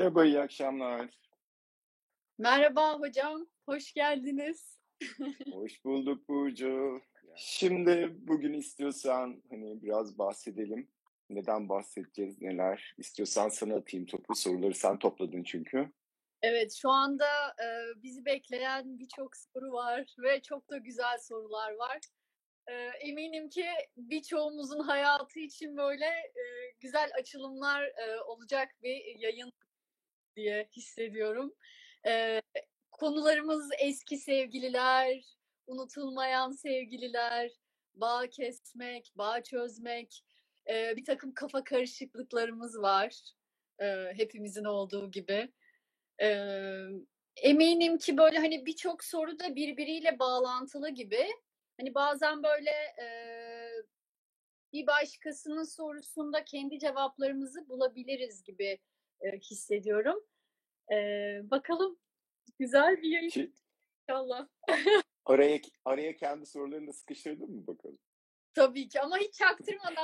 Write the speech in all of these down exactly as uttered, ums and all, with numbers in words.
Merhaba, iyi akşamlar. Merhaba hocam, hoş geldiniz. Hoş bulduk Burcu. Şimdi bugün istiyorsan hani biraz bahsedelim. Neden bahsedeceğiz, neler? İstiyorsan sana atayım topu. Soruları sen topladın çünkü. Evet, şu anda, eee, bizi bekleyen birçok soru var ve çok da güzel sorular var. Eee, eminim ki birçoğumuzun hayatı için böyle, eee, güzel açılımlar, eee, olacak bir yayın diye hissediyorum. Eee, konularımız eski sevgililer, unutulmayan sevgililer, bağ kesmek, bağ çözmek, eee, birtakım kafa karışıklıklarımız var, eee, hepimizin olduğu gibi. Emm, eminim ki böyle, hani, birçok soru da birbiriyle bağlantılı gibi. Hani, bazen böyle, eee, bir başkasının sorusunda kendi cevaplarımızı bulabiliriz gibi, eee, hissediyorum. Eee, bakalım, güzel bir yayın Ki inşallah. a- araya araya kendi sorularını da sıkıştırdın mı bakalım? Tabii ki ama hiç çaktırmadan.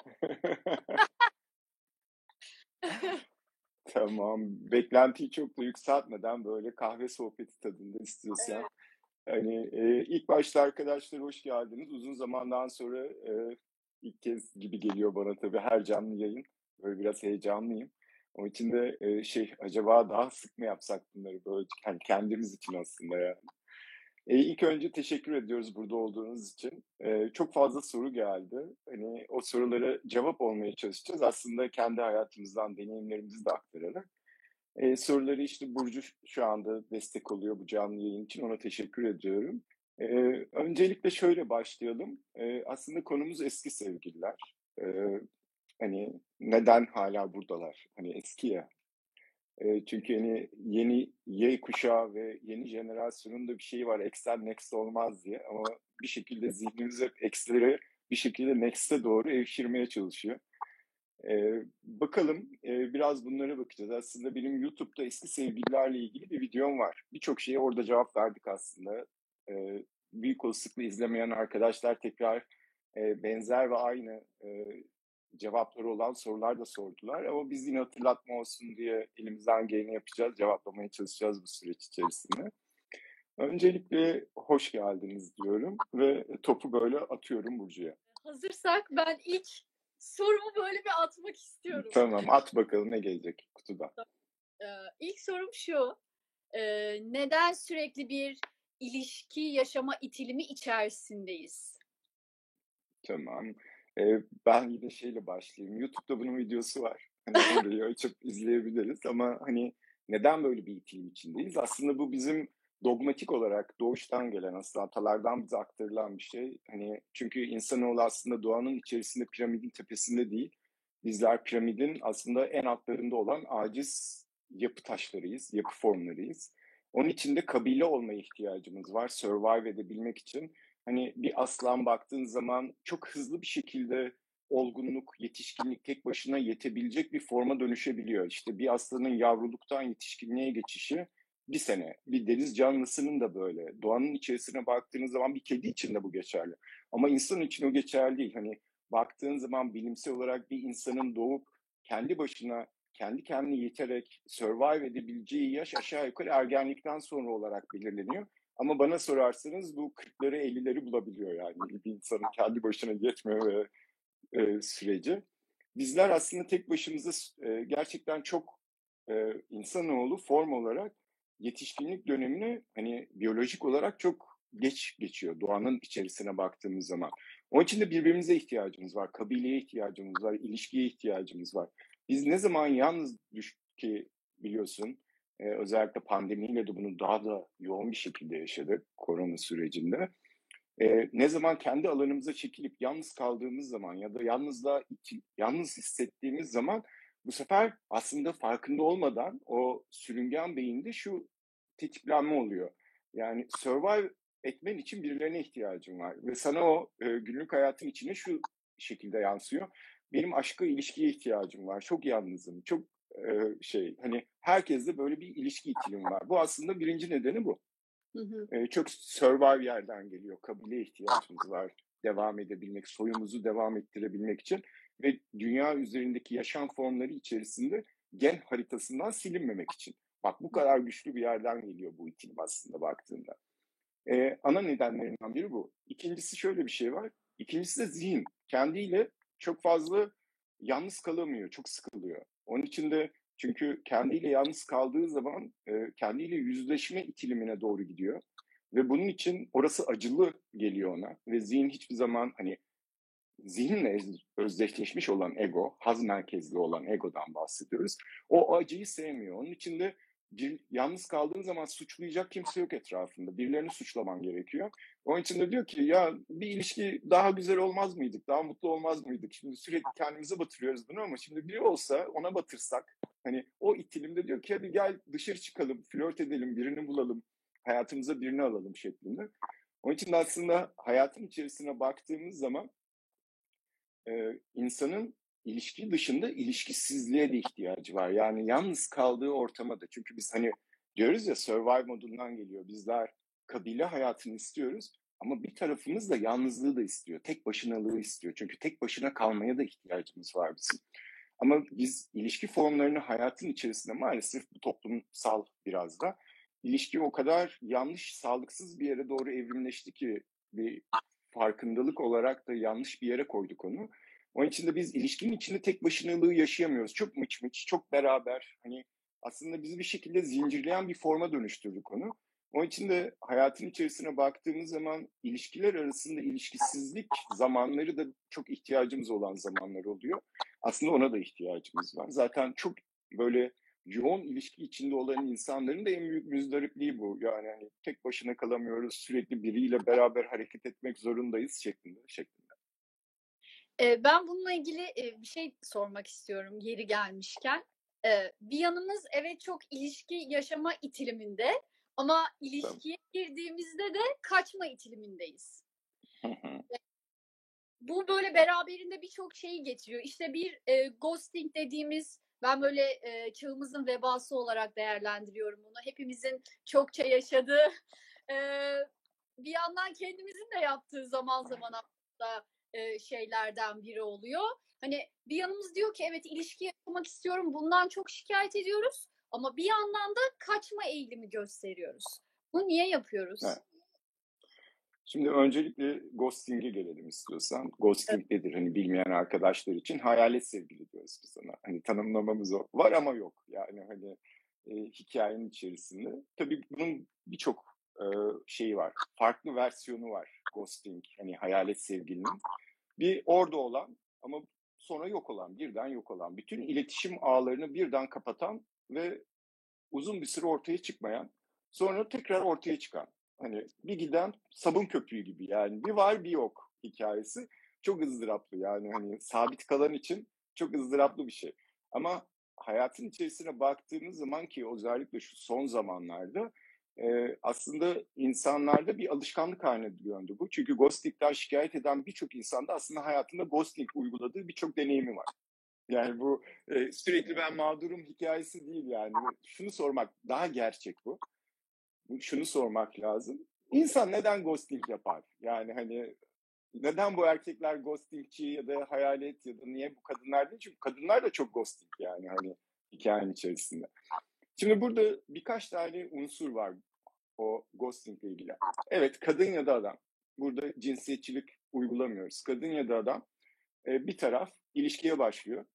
Tamam. Beklentiyi çok da yükseltmeden böyle kahve sohbeti tadında istiyorsan. Evet, Hani e, ilk başta arkadaşlar hoş geldiniz. Uzun zamandan sonra e, ilk kez gibi geliyor bana tabii her canlı yayın. Böyle biraz heyecanlıyım. Onun için de e, şey acaba daha sık mı yapsak bunları böyle hani kendimiz için aslında yani. E, ilk önce teşekkür ediyoruz burada olduğunuz için. E, çok fazla soru geldi. Hani o sorulara cevap olmaya çalışacağız. Aslında kendi hayatımızdan deneyimlerimizi de aktararak. E, soruları işte Burcu şu anda destek oluyor bu canlı yayın için. Ona teşekkür ediyorum. E, öncelikle şöyle başlayalım. E, aslında konumuz eski sevgililer. E, hani neden hala buradalar? Hani eski ya. E, çünkü hani yeni Y kuşağı ve yeni jenerasyonun da bir şeyi var. X'ten next olmaz diye. Ama bir şekilde zihnimiz hep X'lere bir şekilde next'e doğru evşirmeye çalışıyor. Ee, bakalım e, biraz bunlara bakacağız. Aslında benim YouTube'da eski sevgililerle ilgili bir videom var. Birçok şeye orada cevap verdik aslında. Ee, büyük olasılıkla izlemeyen arkadaşlar tekrar e, benzer ve aynı e, cevapları olan sorular da sordular. Ama biz yine hatırlatma olsun diye elimizden geleni yapacağız. Cevaplamaya çalışacağız bu süreç içerisinde. Öncelikle hoş geldiniz diyorum ve topu böyle atıyorum Burcu'ya. hazırsak ben ilk sorumu böyle bir atmak istiyorum. Tamam, at bakalım ne gelecek kutuda. Eee, ilk sorum şu: Eee, neden sürekli bir ilişki yaşama itilimi içerisindeyiz? Tamam. Eee, ben yine şeyle başlayayım. YouTube'da bunun videosu var. Hani orayı açıp izleyebiliriz ama hani neden böyle bir ikilim içindeyiz? Aslında bu bizim dogmatik olarak doğuştan gelen aslında atalardan bize aktarılan bir şey. Hani çünkü insanoğlu aslında doğanın içerisinde piramidin tepesinde değil. Bizler piramidin aslında en altlarında olan aciz yapı taşlarıyız, yapı formlarıyız. Onun için de kabile olmaya ihtiyacımız var survive edebilmek için. Hani bir aslan baktığın zaman çok hızlı bir şekilde olgunluk, yetişkinlik tek başına yetebilecek bir forma dönüşebiliyor. İşte bir aslanın yavruluktan yetişkinliğe geçişi bir sene. Bir deniz canlısının da böyle. Doğanın içerisine baktığınız zaman bir kedi için de bu geçerli. Ama insan için o geçerli değil. Hani baktığın zaman bilimsel olarak bir insanın doğup kendi başına, kendi kendine yeterek survive edebileceği yaş aşağı yukarı ergenlikten sonra olarak belirleniyor. Ama bana sorarsanız bu kırkları ellileri bulabiliyor yani bir insanın kendi başına yetme ve e, süreci. Bizler aslında tek başımıza e, gerçekten çok e, insanoğlu form olarak yetişkinlik dönemini hani biyolojik olarak çok geç geçiyor doğanın içerisine baktığımız zaman. Onun için de birbirimize ihtiyacımız var, kabileye ihtiyacımız var, ilişkiye ihtiyacımız var. Biz ne zaman yalnız düştük ki biliyorsun e, özellikle pandemiyle de bunu daha da yoğun bir şekilde yaşadık korona sürecinde. E, ne zaman kendi alanımıza çekilip yalnız kaldığımız zaman ya da yalnızla yalnız hissettiğimiz zaman bu sefer aslında farkında olmadan o sürüngen beyinde şu tetiklenme oluyor. Yani survive etmen için birilerine ihtiyacın var ve sana o e, günlük hayatın içine şu şekilde yansıyor. Benim aşka, ilişkiye ihtiyacım var. Çok yalnızım. Çok e, şey hani herkeste böyle bir ilişki itilim var. Bu aslında birinci nedeni bu. Hı hı. E, çok survive yerden geliyor. Kabile ihtiyacımız var devam edebilmek, soyumuzu devam ettirebilmek için ve dünya üzerindeki yaşam formları içerisinde gen haritasından silinmemek için. Bak bu kadar güçlü bir yerden geliyor bu itilim aslında baktığında. Ee, ana nedenlerinden biri bu. İkincisi şöyle bir şey var. İkincisi de zihin. Kendiyle çok fazla yalnız kalamıyor, çok sıkılıyor. Onun için de çünkü kendiyle yalnız kaldığı zaman e, kendiyle yüzleşme itilimine doğru gidiyor. Ve bunun için orası acılı geliyor ona. Ve zihin hiçbir zaman hani zihinle özdeşleşmiş olan ego, haz merkezli olan egodan bahsediyoruz. O acıyı sevmiyor. Onun için de bir, yalnız kaldığın zaman suçlayacak kimse yok etrafında. Birilerini suçlaman gerekiyor. Onun için de diyor ki ya bir ilişki daha güzel olmaz mıydık? Daha mutlu olmaz mıydık? Şimdi sürekli kendimize batırıyoruz bunu ama şimdi biri olsa ona batırsak hani o itilimde diyor ki hadi gel dışarı çıkalım, flört edelim, birini bulalım, hayatımıza birini alalım şeklinde. Onun için de aslında hayatın içerisine baktığımız zaman e, insanın ilişki dışında ilişkisizliğe de ihtiyacı var. Yani yalnız kaldığı ortama da. Çünkü biz hani diyoruz ya survive modundan geliyor. Bizler kabile hayatını istiyoruz ama bir tarafımız da yalnızlığı da istiyor. Tek başınalığı istiyor. Çünkü tek başına kalmaya da ihtiyacımız var bizim. Ama biz ilişki formlarını hayatın içerisinde maalesef bu toplumsal biraz da ilişki o kadar yanlış, sağlıksız bir yere doğru evrimleşti ki bir farkındalık olarak da yanlış bir yere koyduk onu. Onun için de biz ilişkinin içinde tek başınalığı yaşayamıyoruz. Çok mıç mıç, çok beraber. Hani aslında bizi bir şekilde zincirleyen bir forma dönüştürdük onu. Onun için de hayatın içerisine baktığımız zaman ilişkiler arasında ilişkisizlik zamanları da çok ihtiyacımız olan zamanlar oluyor. Aslında ona da ihtiyacımız var. Zaten çok böyle yoğun ilişki içinde olan insanların da en büyük müzdaripliği bu. Yani hani tek başına kalamıyoruz, sürekli biriyle beraber hareket etmek zorundayız şeklinde. şeklinde. Ee, ben bununla ilgili e, bir şey sormak istiyorum yeri gelmişken. Ee, bir yanımız evet çok ilişki yaşama itiliminde ama ilişkiye girdiğimizde de kaçma itilimindeyiz. Bu böyle beraberinde birçok şeyi getiriyor. İşte bir e, ghosting dediğimiz, ben böyle e, çağımızın vebası olarak değerlendiriyorum bunu. Hepimizin çokça yaşadığı, e, bir yandan kendimizin de yaptığı zaman zaman aslında e, şeylerden biri oluyor. Hani bir yanımız diyor ki evet ilişki yaşamak istiyorum, bundan çok şikayet ediyoruz. Ama bir yandan da kaçma eğilimi gösteriyoruz. Bu niye yapıyoruz? Evet. Şimdi öncelikle ghosting'e gelelim istiyorsan. Ghosting evet. Nedir? Hani bilmeyen arkadaşlar için hayalet sevgili diyoruz biz sana. Hani tanımlamamız o. Var ama yok. Yani hani e, hikayenin içerisinde. Tabii bunun birçok e, şeyi var. Farklı versiyonu var ghosting. Hani hayalet sevgilinin. Bir orada olan ama sonra yok olan, birden yok olan. Bütün iletişim ağlarını birden kapatan ve uzun bir süre ortaya çıkmayan, sonra tekrar ortaya çıkan. Hani bir giden sabun köpüğü gibi yani bir var bir yok hikayesi. Çok ızdıraplı yani hani sabit kalan için çok ızdıraplı bir şey. Ama hayatın içerisine baktığımız zaman ki özellikle şu son zamanlarda e, aslında insanlarda bir alışkanlık haline döndü bu. Çünkü ghosting'den şikayet eden birçok insanda aslında hayatında ghosting uyguladığı birçok deneyimi var. Yani bu e, sürekli ben mağdurum hikayesi değil yani. Şunu sormak daha gerçek bu. Şunu sormak lazım. İnsan neden ghosting yapar? Yani hani neden bu erkekler ghostingçi ya da hayalet ya da niye bu kadınlar değil? Çünkü kadınlar da çok ghosting yani hani hikayenin içerisinde. Şimdi burada birkaç tane unsur var o ghosting ile ilgili. Evet kadın ya da adam. Burada cinsiyetçilik uygulamıyoruz. Kadın ya da adam e, bir taraf ilişkiye başlıyor.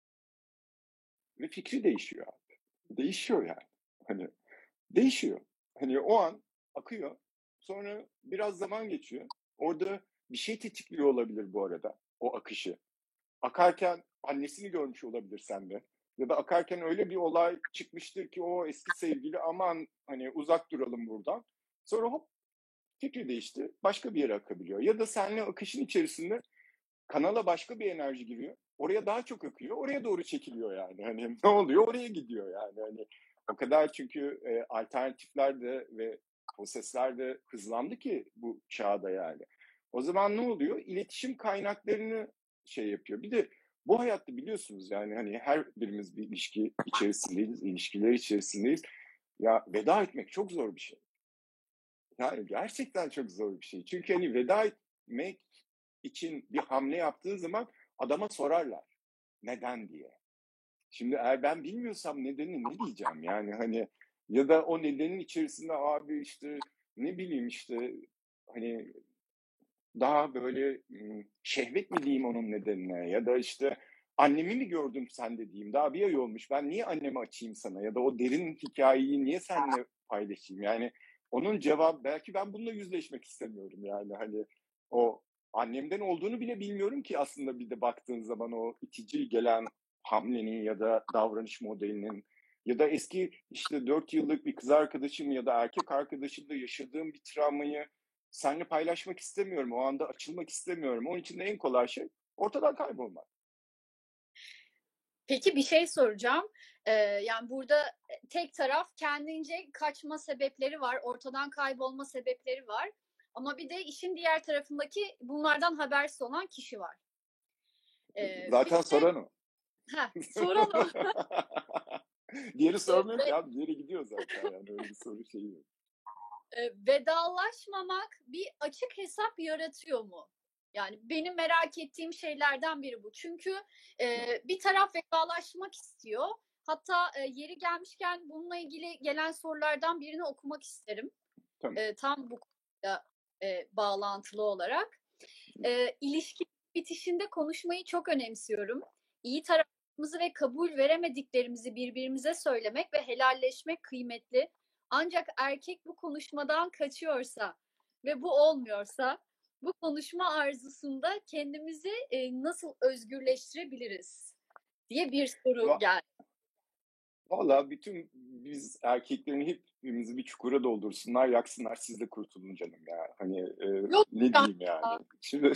Ve fikri değişiyor abi. Değişiyor yani. Hani değişiyor. Hani o an akıyor. Sonra biraz zaman geçiyor. Orada bir şey tetikliyor olabilir bu arada. O akışı. Akarken annesini görmüş olabilir sende. Ya da akarken öyle bir olay çıkmıştır ki o eski sevgili aman hani uzak duralım buradan. Sonra hop fikri değişti. Başka bir yere akabiliyor. Ya da seninle akışın içerisinde kanala başka bir enerji giriyor. Oraya daha çok akıyor. Oraya doğru çekiliyor yani. Hani ne oluyor? Oraya gidiyor yani. Hani o kadar çünkü e, alternatifler de ve prosesler de hızlandı ki bu çağda yani. O zaman ne oluyor? İletişim kaynaklarını şey yapıyor. Bir de bu hayatta biliyorsunuz yani hani her birimiz bir ilişki içerisindeyiz, ilişkiler içerisindeyiz. Ya veda etmek çok zor bir şey. Yani gerçekten çok zor bir şey. Çünkü hani veda etmek için bir hamle yaptığı zaman adama sorarlar. Neden diye. Şimdi eğer ben bilmiyorsam nedeni ne diyeceğim? Yani hani ya da o nedenin içerisinde abi işte ne bileyim işte hani daha böyle ım, şehvet mi diyeyim onun nedenine ya da işte annemi mi gördüm sende diyeyim daha bir ay olmuş ben niye annemi açayım sana ya da o derin hikayeyi niye seninle paylaşayım yani onun cevabı belki ben bununla yüzleşmek istemiyorum yani hani o annemden olduğunu bile bilmiyorum ki aslında bir de baktığın zaman o itici gelen hamlenin ya da davranış modelinin ya da eski işte dört yıllık bir kız arkadaşım ya da erkek arkadaşımla yaşadığım bir travmayı seninle paylaşmak istemiyorum. O anda açılmak istemiyorum. Onun için de en kolay şey ortadan kaybolmak. Peki bir şey soracağım. Ee, yani burada tek taraf kendince kaçma sebepleri var, ortadan kaybolma sebepleri var. Ama bir de işin diğer tarafındaki bunlardan habersiz olan kişi var. Ee, bir Zaten de soran o. heh, soralım. Diğeri Ee, sormuyor ki ve, abi. Diğeri gidiyor zaten yani. Öyle bir soru şeyi yok. e, vedalaşmamak bir açık hesap yaratıyor mu? Yani benim merak ettiğim şeylerden biri bu. Çünkü e, bir taraf vedalaşmak istiyor. Hatta e, yeri gelmişken bununla ilgili gelen sorulardan birini okumak isterim. Tamam. E, tam bu konuyla e, bağlantılı olarak. E, ilişki bitişinde konuşmayı çok önemsiyorum. İyi tarafımızı ve kabul veremediklerimizi birbirimize söylemek ve helalleşmek kıymetli. Ancak erkek bu konuşmadan kaçıyorsa ve bu olmuyorsa bu konuşma arzusunda kendimizi e, nasıl özgürleştirebiliriz diye bir soru Va- geldi. Valla bütün biz erkeklerin hepimizi bir çukura doldursunlar, yaksınlar, siz de kurtulun canım ya. Hani e, Yok ne ya. diyeyim yani. Şimdi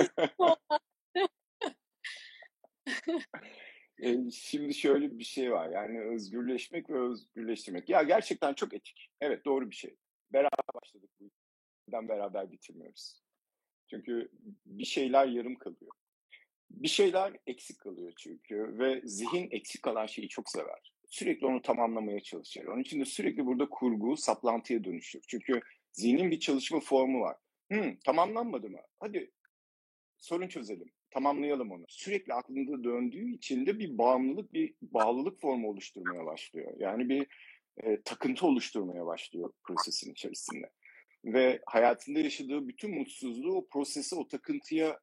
e, şimdi şöyle bir şey var. Yani özgürleşmek ve özgürleştirmek. Ya gerçekten çok etik. Evet doğru bir şey. Beraber başladık bu yüzden beraber bitirmiyoruz. Çünkü bir şeyler yarım kalıyor. Bir şeyler eksik kalıyor çünkü ve zihin eksik kalan şeyi çok sever. Sürekli onu tamamlamaya çalışır. Onun için de sürekli burada kurgu saplantıya dönüşür. Çünkü zihnin bir çalışma formu var. Hmm, tamamlanmadı mı? Hadi sorun çözelim. Tamamlayalım onu. Sürekli aklında döndüğü için de bir bağımlılık, bir bağlılık formu oluşturmaya başlıyor. Yani bir e, takıntı oluşturmaya başlıyor prosesin içerisinde. Ve hayatında yaşadığı bütün mutsuzluğu o prosese, o takıntıya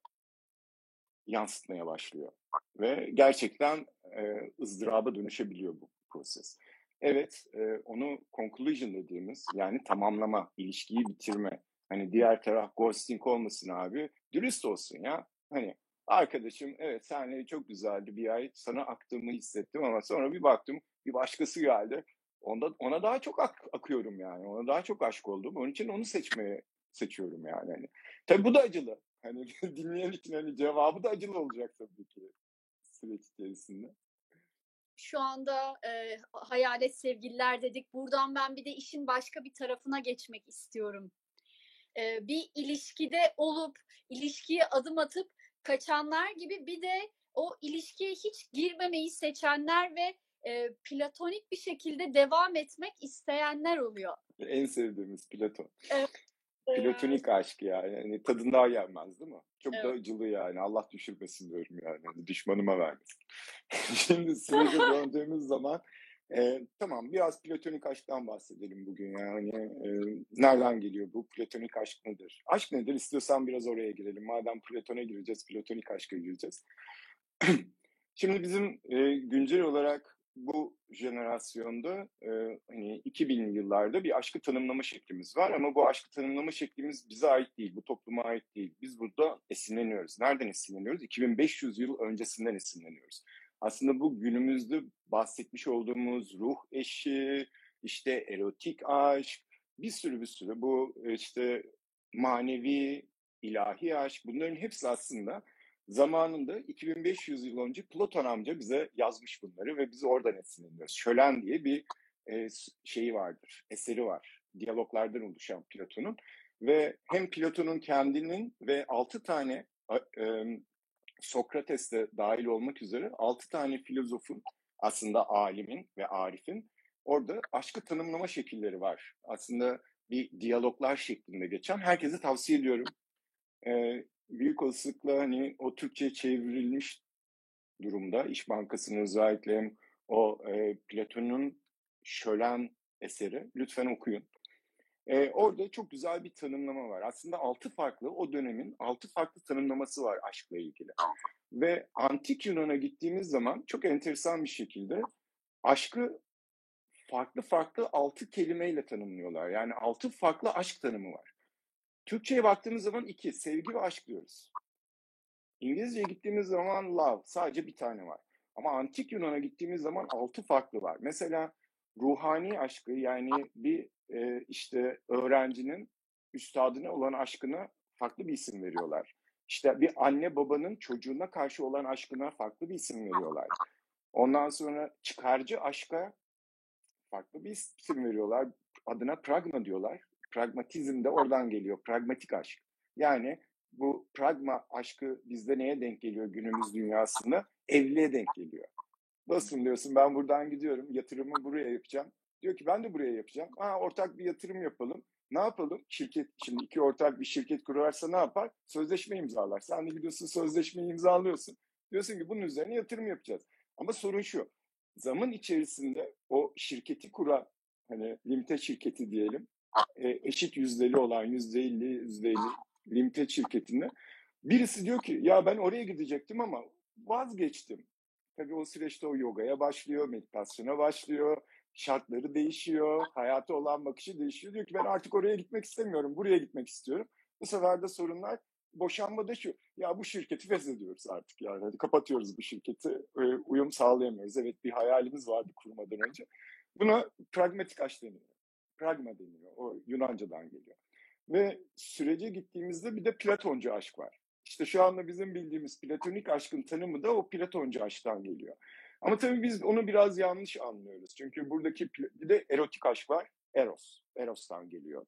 yansıtmaya başlıyor. Ve gerçekten e, ızdıraba dönüşebiliyor bu proses. Evet, e, onu conclusion dediğimiz yani tamamlama, ilişkiyi bitirme. Hani diğer taraf ghosting olmasın abi, dürüst olsun ya. Hani arkadaşım evet seninle çok güzeldi bir ay sana aktığımı hissettim ama sonra bir baktım bir başkası geldi. Onda, ona daha çok ak, akıyorum yani. Ona daha çok aşık oldum. Onun için onu seçmeye seçiyorum yani. Hani. Tabii bu da acılı. Hani dinleyen için hani cevabı da acılı olacak tabii ki süreç içerisinde. Şu anda e, hayalet sevgililer dedik. Buradan ben bir de işin başka bir tarafına geçmek istiyorum. E, bir ilişkide olup ilişkiye adım atıp kaçanlar gibi bir de o ilişkiye hiç girmemeyi seçenler ve e, platonik bir şekilde devam etmek isteyenler oluyor. En sevdiğimiz Platon. Evet. E, Platonik aşk yani. Yani tadın daha yenmez değil mi? Çok da evet. acılı yani. Allah düşürmesin diyorum yani. Hani düşmanıma vermesin. Şimdi sürece döndüğümüz zaman e, tamam biraz platonik aşktan bahsedelim bugün yani. E, nereden geliyor bu? Platonik aşk nedir? Aşk nedir? İstiyorsan biraz oraya girelim. Madem Platon'a gireceğiz, platonik aşka gireceğiz. Şimdi bizim e, güncel olarak bu jenerasyonda e, hani iki binli yıllarda bir aşkı tanımlama şeklimiz var ama bu aşkı tanımlama şeklimiz bize ait değil, bu topluma ait değil. Biz burada esinleniyoruz. Nereden esinleniyoruz? iki bin beş yüz yıl öncesinden esinleniyoruz. Aslında bu günümüzde bahsetmiş olduğumuz ruh eşi, işte erotik aşk, bir sürü bir sürü bu işte manevi, ilahi aşk bunların hepsi aslında zamanında iki bin beş yüz yıl önce Platon amca bize yazmış bunları ve biz oradan esinleniyoruz. Şölen diye bir e, şeyi vardır, eseri var. Diyaloglardan oluşan Platon'un ve hem Platon'un kendinin ve altı tane e, Sokrates de dahil olmak üzere altı tane filozofun aslında alimin ve arifin orada aşkı tanımlama şekilleri var. Aslında bir diyaloglar şeklinde geçen. Herkese tavsiye ediyorum. Ee, büyük olasılıkla hani o Türkçe'ye çevrilmiş durumda. İş Bankası'nın özellikle o e, Platon'un Şölen eseri. Lütfen okuyun. E, orada çok güzel bir tanımlama var. Aslında altı farklı, o dönemin altı farklı tanımlaması var aşkla ilgili. Ve antik Yunan'a gittiğimiz zaman çok enteresan bir şekilde aşkı farklı farklı altı kelimeyle tanımlıyorlar. Yani altı farklı aşk tanımı var. Türkçe'ye baktığımız zaman iki, sevgi ve aşk diyoruz. İngilizce'ye gittiğimiz zaman love, sadece bir tane var. Ama antik Yunan'a gittiğimiz zaman altı farklı var. Mesela ruhani aşkı, yani bir e, işte öğrencinin üstadına olan aşkına farklı bir isim veriyorlar. İşte bir anne babanın çocuğuna karşı olan aşkına farklı bir isim veriyorlar. Ondan sonra çıkarcı aşka farklı bir isim veriyorlar. Adına pragma diyorlar. Pragmatizm de oradan geliyor. Pragmatik aşk. Yani bu pragma aşkı bizde neye denk geliyor günümüz dünyasında? Evliliğe denk geliyor. Nasılsın diyorsun, ben buradan gidiyorum, yatırımı buraya yapacağım. Diyor ki ben de buraya yapacağım. Aa, ortak bir yatırım yapalım. Ne yapalım? Şirket, şimdi iki ortak bir şirket kurarsa ne yapar? Sözleşme imzalar. Sen de gidiyorsun, sözleşmeyi imzalıyorsun. Diyorsun ki bunun üzerine yatırım yapacağız. Ama sorun şu. Zaman içerisinde o şirketi kuran, hani limite şirketi diyelim, e, eşit yüzdeli olan yüzde elli, yüzde elli limite şirketinde birisi diyor ki ya ben oraya gidecektim ama vazgeçtim. Tabii o süreçte o yogaya başlıyor, meditasyona başlıyor, şartları değişiyor, hayata olan bakışı değişiyor. Diyor ki ben artık oraya gitmek istemiyorum, buraya gitmek istiyorum. Bu sefer de sorunlar boşanmada şu, ya bu şirketi feshediyoruz artık yani. Hadi kapatıyoruz bu şirketi, e, uyum sağlayamıyoruz. Evet, bir hayalimiz vardı kurmadan önce. Buna pragmatik aşk deniyor. Pragma deniyor, o Yunanca'dan geliyor. Ve sürece gittiğimizde bir de Platoncu aşk var. İşte şu anda bizim bildiğimiz platonik aşkın tanımı da o Platoncu aşktan geliyor. Ama tabii biz onu biraz yanlış anlıyoruz. Çünkü buradaki bir de erotik aşk var. Eros. Eros'tan geliyor.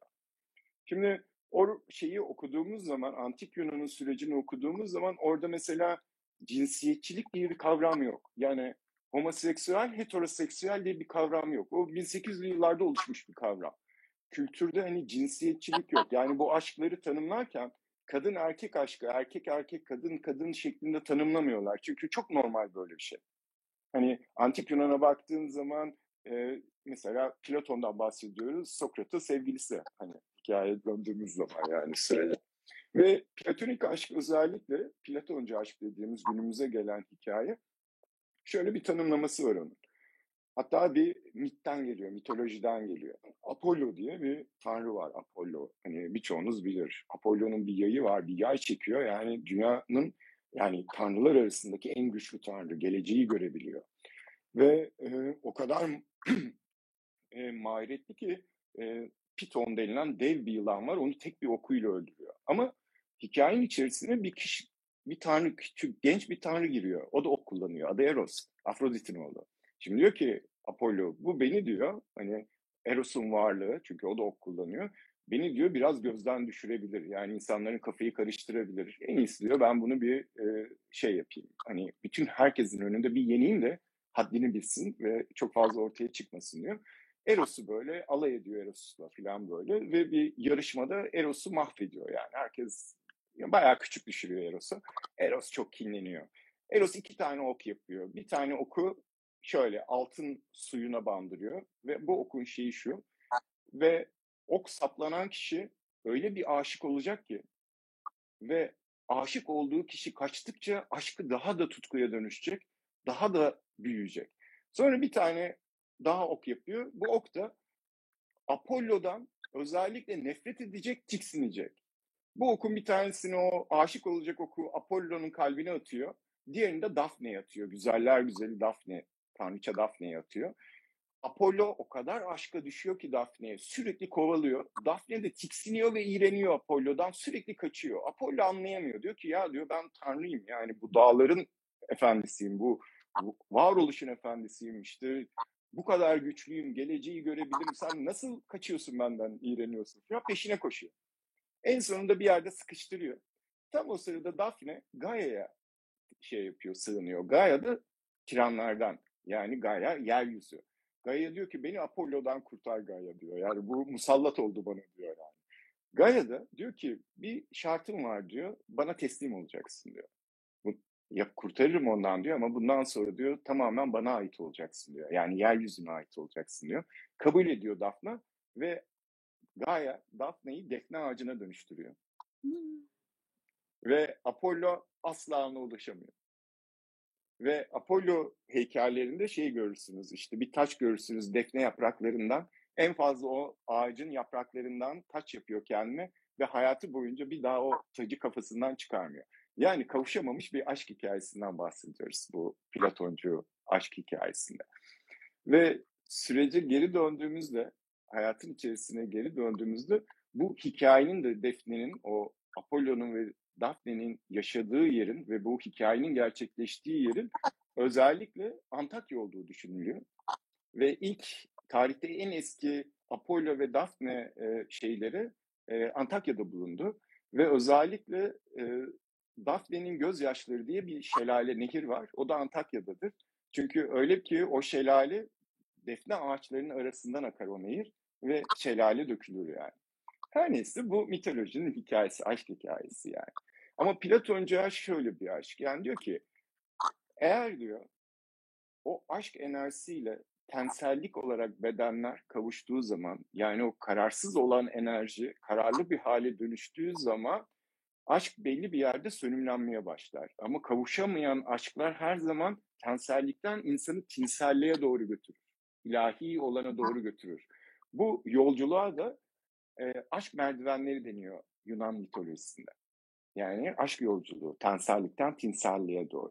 Şimdi o şeyi okuduğumuz zaman, Antik Yunan'ın sürecini okuduğumuz zaman orada mesela cinsiyetçilik diye bir kavram yok. Yani homoseksüel, heteroseksüel diye bir kavram yok. O bin sekiz yüzlü yıllarda oluşmuş bir kavram. Kültürde hani cinsiyetçilik yok. Yani bu aşkları tanımlarken kadın erkek aşkı, erkek erkek kadın kadın şeklinde tanımlamıyorlar. Çünkü çok normal böyle bir şey. Hani Antik Yunan'a baktığın zaman e, mesela Platon'dan bahsediyoruz. Sokrat'ın sevgilisi. Hani hikayeye döndüğümüz zaman yani sıraya. Ve platonik aşk, özellikle Platoncu aşk dediğimiz günümüze gelen hikaye, şöyle bir tanımlaması var onun. Hatta bir mitten geliyor, mitolojiden geliyor. Apollo diye bir tanrı var, Apollo. Hani birçoğunuz bilir. Apollo'nun bir yayı var, bir yay çekiyor. Yani dünyanın, yani tanrılar arasındaki en güçlü tanrı, geleceği görebiliyor. Ve e, o kadar e, maharetli ki e, Piton denilen dev bir yılan var, onu tek bir okuyla öldürüyor. Ama hikayenin içerisine bir kişi, bir tanrı, küçük genç bir tanrı giriyor. O da ok kullanıyor. Adı Eros, Afrodit'in oğlu. Şimdi diyor ki Apollo, bu beni diyor, hani Eros'un varlığı, çünkü o da ok kullanıyor. Beni diyor biraz gözden düşürebilir. Yani insanların kafayı karıştırabilir. En iyisi diyor ben bunu bir e, şey yapayım. Hani bütün herkesin önünde bir yeneyim de haddini bilsin ve çok fazla ortaya çıkmasın diyor. Eros'u böyle alay ediyor Eros'la falan böyle ve bir yarışmada Eros'u mahvediyor yani. Herkes bayağı küçük düşürüyor Eros'u. Eros çok kinleniyor. Eros iki tane ok yapıyor. Bir tane oku şöyle altın suyuna bandırıyor ve bu okun şeyi şu, ve ok saplanan kişi öyle bir aşık olacak ki ve aşık olduğu kişi kaçtıkça aşkı daha da tutkuya dönüşecek, daha da büyüyecek. Sonra bir tane daha ok yapıyor. Bu ok da Apollo'dan özellikle nefret edecek, tiksinecek. Bu okun bir tanesini, o aşık olacak oku Apollo'nun kalbine atıyor. Diğerini de Daphne'ye atıyor. Güzeller güzeli Daphne, tanrıça Daphne'ye atıyor. Apollo o kadar aşka düşüyor ki Daphne'ye, sürekli kovalıyor. Daphne de tiksiniyor ve iğreniyor Apollo'dan, sürekli kaçıyor. Apollo anlayamıyor. Diyor ki ya diyor, ben tanrıyım, yani bu dağların efendisiyim, bu, bu varoluşun efendisiyim, işte bu kadar güçlüyüm, geleceği görebilirim, sen nasıl kaçıyorsun benden, iğreniyorsun falan, peşine koşuyor. En sonunda bir yerde sıkıştırıyor. Tam o sırada Daphne Gaia'ya şey yapıyor, sığınıyor. Gaia da tiranlardan, yani Gaia yeryüzü. Gaia diyor ki beni Apollo'dan kurtar Gaia diyor. Yani bu musallat oldu bana diyor yani. Gaia da diyor ki bir şartım var diyor, bana teslim olacaksın diyor. Bu Ya kurtarırım ondan diyor ama bundan sonra diyor tamamen bana ait olacaksın diyor. Yani yeryüzüne ait olacaksın diyor. Kabul ediyor Daphne ve Gaia Daphne'yi defne ağacına dönüştürüyor. Hımm. Ve Apollo asla ona ulaşamıyor. Ve Apollo heykellerinde şey görürsünüz, işte bir taç görürsünüz defne yapraklarından. En fazla o ağacın yapraklarından taç yapıyor kendine ve hayatı boyunca bir daha o tacı kafasından çıkarmıyor. Yani kavuşamamış bir aşk hikayesinden bahsediyoruz bu Platoncu aşk hikayesinde. Ve sürece geri döndüğümüzde, hayatın içerisine geri döndüğümüzde bu hikayenin de Defne'nin, o Apollo'nun ve Daphne'nin yaşadığı yerin ve bu hikayenin gerçekleştiği yerin özellikle Antakya olduğu düşünülüyor. Ve ilk tarihte en eski Apollo ve Daphne e, şeyleri e, Antakya'da bulundu. Ve özellikle e, Daphne'nin gözyaşları diye bir şelale, nehir var. O da Antakya'dadır. Çünkü öyle ki o şelale defne ağaçlarının arasından akar o nehir ve şelale dökülür yani. Her neyse bu mitolojinin hikayesi, aşk hikayesi yani. Ama Platoncu aşk şöyle bir aşk. Yani diyor ki eğer diyor o aşk enerjisiyle tensellik olarak bedenler kavuştuğu zaman yani o kararsız olan enerji kararlı bir hale dönüştüğü zaman aşk belli bir yerde sönümlenmeye başlar. Ama kavuşamayan aşklar her zaman tensellikten insanı tinselliğe doğru götürür. İlahi olana doğru götürür. Bu yolculuğa da e, aşk merdivenleri deniyor Yunan mitolojisinde. Yani aşk yolculuğu, tensellikten tinselliğe doğru.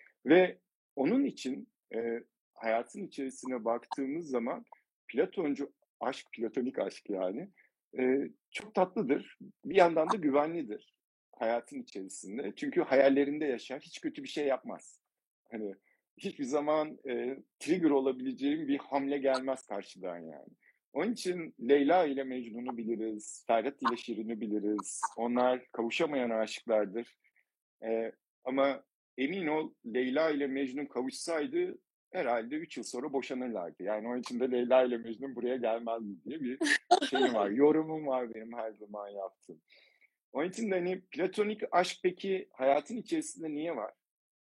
Ve onun için e, hayatın içerisine baktığımız zaman Platoncu aşk, platonik aşk yani e, çok tatlıdır. Bir yandan da güvenlidir hayatın içerisinde. Çünkü hayallerinde yaşar, hiç kötü bir şey yapmaz. Hani hiçbir zaman e, trigger olabileceğim bir hamle gelmez karşıdan yani. Onun için Leyla ile Mecnun'u biliriz, Ferhat ile Şirin'i biliriz. Onlar kavuşamayan aşıklardır. E, ama emin ol Leyla ile Mecnun kavuşsaydı herhalde üç yıl sonra boşanırlardı. Yani onun için de Leyla ile Mecnun buraya gelmezdi diye bir şeyim var. Yorumum var benim her zaman yaptığım. Onun için de hani platonik aşk peki hayatın içerisinde niye var?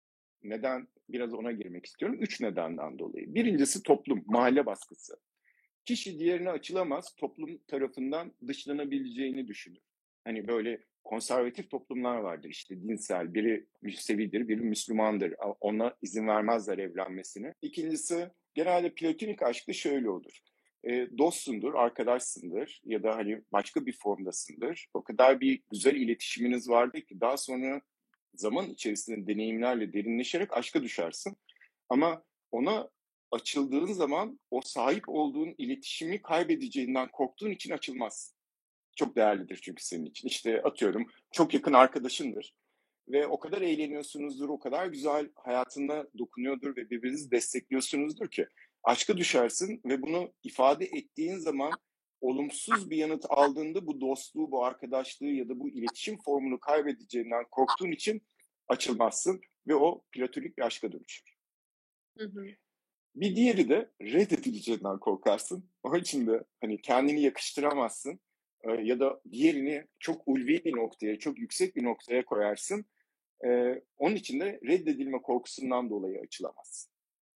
Neden? Biraz ona girmek istiyorum. Üç nedenden dolayı. Birincisi toplum, mahalle baskısı. Kişi diğerine açılamaz, toplum tarafından dışlanabileceğini düşünür. Hani böyle konservatif toplumlar vardır işte dinsel, biri Müsevidir, biri Müslümandır. Ona izin vermezler evlenmesine. İkincisi genelde platonik aşkta şöyle olur. E, dostsundur, arkadaşsındır ya da hani başka bir formdasındır. O kadar bir güzel iletişiminiz vardır ki daha sonra zaman içerisinde deneyimlerle derinleşerek aşka düşersin. Ama ona açıldığın zaman o sahip olduğun iletişimi kaybedeceğinden korktuğun için açılmazsın. Çok değerlidir çünkü senin için. İşte atıyorum çok yakın arkadaşındır ve o kadar eğleniyorsunuzdur, o kadar güzel hayatında dokunuyordur ve birbirinizi destekliyorsunuzdur ki aşka düşersin ve bunu ifade ettiğin zaman olumsuz bir yanıt aldığında bu dostluğu, bu arkadaşlığı ya da bu iletişim formunu kaybedeceğinden korktuğun için açılmazsın ve o platonik bir aşka dönüşür. Hı hı. Bir diğeri de reddedileceğinden korkarsın. Onun için de hani kendini yakıştıramazsın e, ya da diğerini çok ulvi bir noktaya, çok yüksek bir noktaya koyarsın. E, onun için de reddedilme korkusundan dolayı açılamazsın.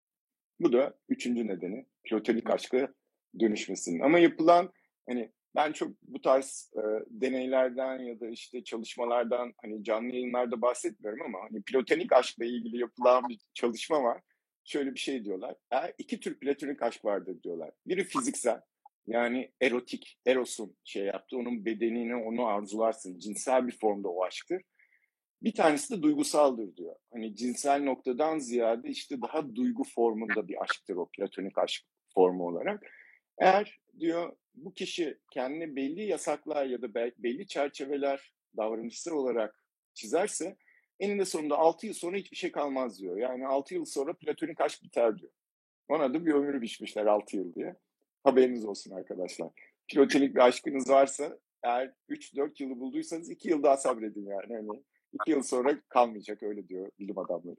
Bu da üçüncü nedeni platonik aşka dönüşmesinin. Ama yapılan hani ben çok bu tarz e, deneylerden ya da işte çalışmalardan hani canlı yayınlarda bahsetmiyorum ama hani platonik aşkla ilgili yapılan bir çalışma var. Şöyle bir şey diyorlar. Eğer iki tür platonik aşk vardır diyorlar. Biri fiziksel yani erotik, erosun şey yaptı. Onun bedenini onu arzularsın. Cinsel bir formda o aşktır. Bir tanesi de duygusaldır diyor. Hani cinsel noktadan ziyade işte daha duygu formunda bir aşktır o platonik aşk formu olarak. Eğer diyor bu kişi kendine belli yasaklar ya da belli çerçeveler davranışsal olarak çizerse eninde sonunda altı yıl sonra hiçbir şey kalmaz diyor. Yani altı yıl sonra platonik aşk biter diyor. Ona da bir ömür biçmişler altı yıl diye. Haberiniz olsun arkadaşlar. Platonik bir aşkınız varsa eğer üç dört yılı bulduysanız iki yıl daha sabredin yani. Hani iki yıl sonra kalmayacak öyle diyor bilim adamları.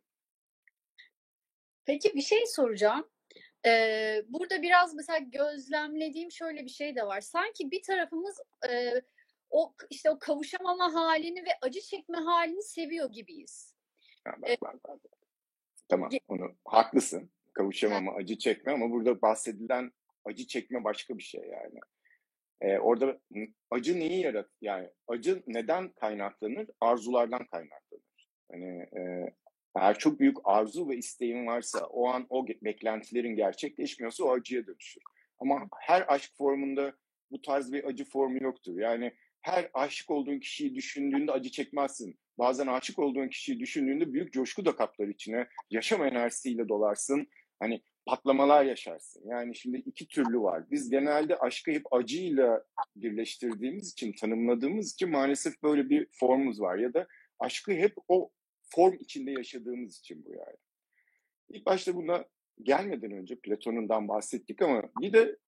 Peki bir şey soracağım. Eee, burada biraz mesela gözlemlediğim şöyle bir şey de var. Sanki bir tarafımız eee, o işte o kavuşamama halini ve acı çekme halini seviyor gibiyiz. Ha, bak, bak, bak. Tamam, onu haklısın. Kavuşamama, acı çekme ama burada bahsedilen acı çekme başka bir şey yani. Ee, orada acı neyi yarat? Yani acı neden kaynaklanır? Arzulardan kaynaklanır. Hani e, eğer çok büyük arzu ve isteğin varsa, o an o beklentilerin gerçekleşmiyorsa o acıya dönüşür. Ama her aşk formunda bu tarz bir acı formu yoktur. Yani her aşık olduğun kişiyi düşündüğünde acı çekmezsin. Bazen aşık olduğun kişiyi düşündüğünde büyük coşku da kaplar içine. Yaşam enerjisiyle dolarsın. Hani patlamalar yaşarsın. Yani şimdi iki türlü var. Biz genelde aşkı hep acıyla birleştirdiğimiz için, tanımladığımız için maalesef böyle bir formumuz var. Ya da aşkı hep o form içinde yaşadığımız için bu yani. İlk başta buna gelmeden önce Platon'undan bahsettik ama bir de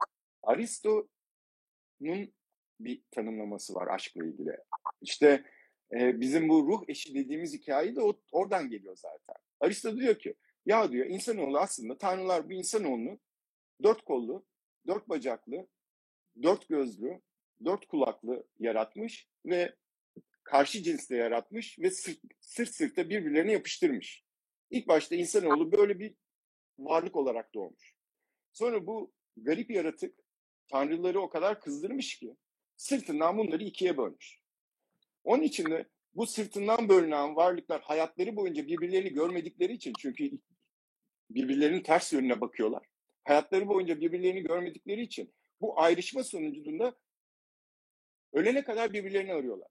Aristo'nun bir tanımlaması var aşkla ilgili. İşte e, bizim bu ruh eşi dediğimiz hikaye de o, oradan geliyor zaten. Aristo diyor ki, ya diyor insanoğlu aslında Tanrılar bu insanoğlunu dört kollu, dört bacaklı, dört gözlü, dört kulaklı yaratmış ve karşı cinsle yaratmış ve sırt, sırt sırta birbirlerine yapıştırmış. İlk başta insanoğlu böyle bir varlık olarak doğmuş. Sonra bu garip yaratık tanrıları o kadar kızdırmış ki sırtından bunları ikiye bölmüş. Onun için de bu sırtından bölünen varlıklar hayatları boyunca birbirlerini görmedikleri için, çünkü birbirlerinin ters yönüne bakıyorlar. Hayatları boyunca birbirlerini görmedikleri için bu ayrışma sonucunda ölene kadar birbirlerini arıyorlar.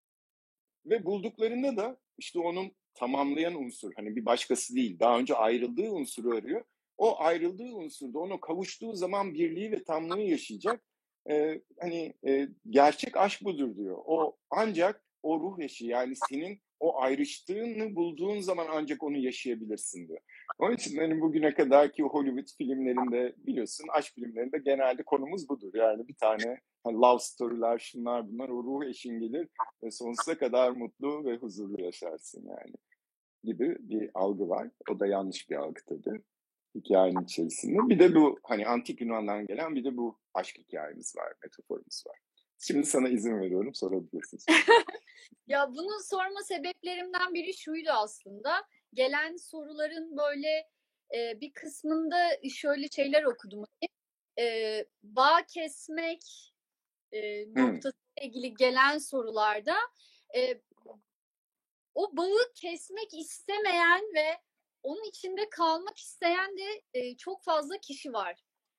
Ve bulduklarında da işte onun tamamlayan unsur, hani bir başkası değil, daha önce ayrıldığı unsuru arıyor. O ayrıldığı unsurda ona kavuştuğu zaman birliği ve tamlığı yaşayacak. Ee, hani e, gerçek aşk budur diyor. O ancak o ruh eşi, yani senin o ayrıştığını bulduğun zaman ancak onu yaşayabilirsin diyor. Onun için hani bugüne kadarki Hollywood filmlerinde biliyorsun, aşk filmlerinde genelde konumuz budur. Yani bir tane hani love story'ler, şunlar bunlar, o ruh eşin gelir ve sonsuza kadar mutlu ve huzurlu yaşarsın yani gibi bir algı var. O da yanlış bir algı tabii hikayenin içerisinde. Bir de bu hani antik Yunan'dan gelen bir de bu aşk hikayemiz var, metaforumuz var. Şimdi sana izin veriyorum, sorabilirsin. Ya bunu sorma sebeplerimden biri şuydu aslında. Gelen soruların böyle e, bir kısmında şöyle şeyler okudum. E, bağ kesmek e, noktasıyla ilgili gelen sorularda e, o bağı kesmek istemeyen ve onun içinde kalmak isteyen de e, çok fazla kişi var.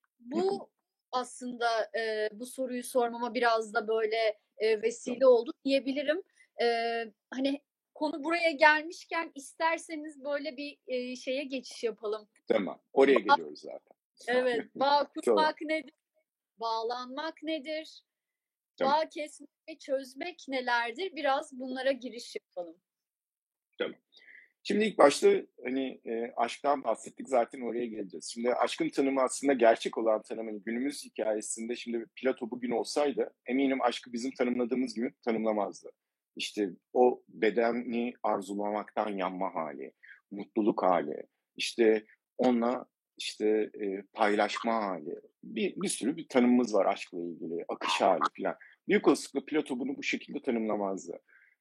Bu aslında e, bu soruyu sormama biraz da böyle e, vesile oldu diyebilirim. E, hani konu buraya gelmişken isterseniz böyle bir e, şeye geçiş yapalım. Tamam, oraya geliyoruz zaten. Evet, bağ kurmak Tamam. nedir? Bağlanmak nedir? Tamam. Bağ kesmek ve çözmek nelerdir? Biraz bunlara giriş yapalım. Tamam. Şimdi ilk başta hani e, aşktan bahsettik, zaten oraya geleceğiz. Şimdi aşkın tanımı aslında gerçek olan tanımı günümüz hikayesinde, şimdi Plato bugün olsaydı eminim aşkı bizim tanımladığımız gibi tanımlamazdı. İşte o bedeni arzulamaktan yanma hali, mutluluk hali, işte onunla işte e, paylaşma hali, bir, bir sürü bir tanımımız var aşkla ilgili, akış hali falan. Büyük olasılıkla Plato bunu bu şekilde tanımlamazdı.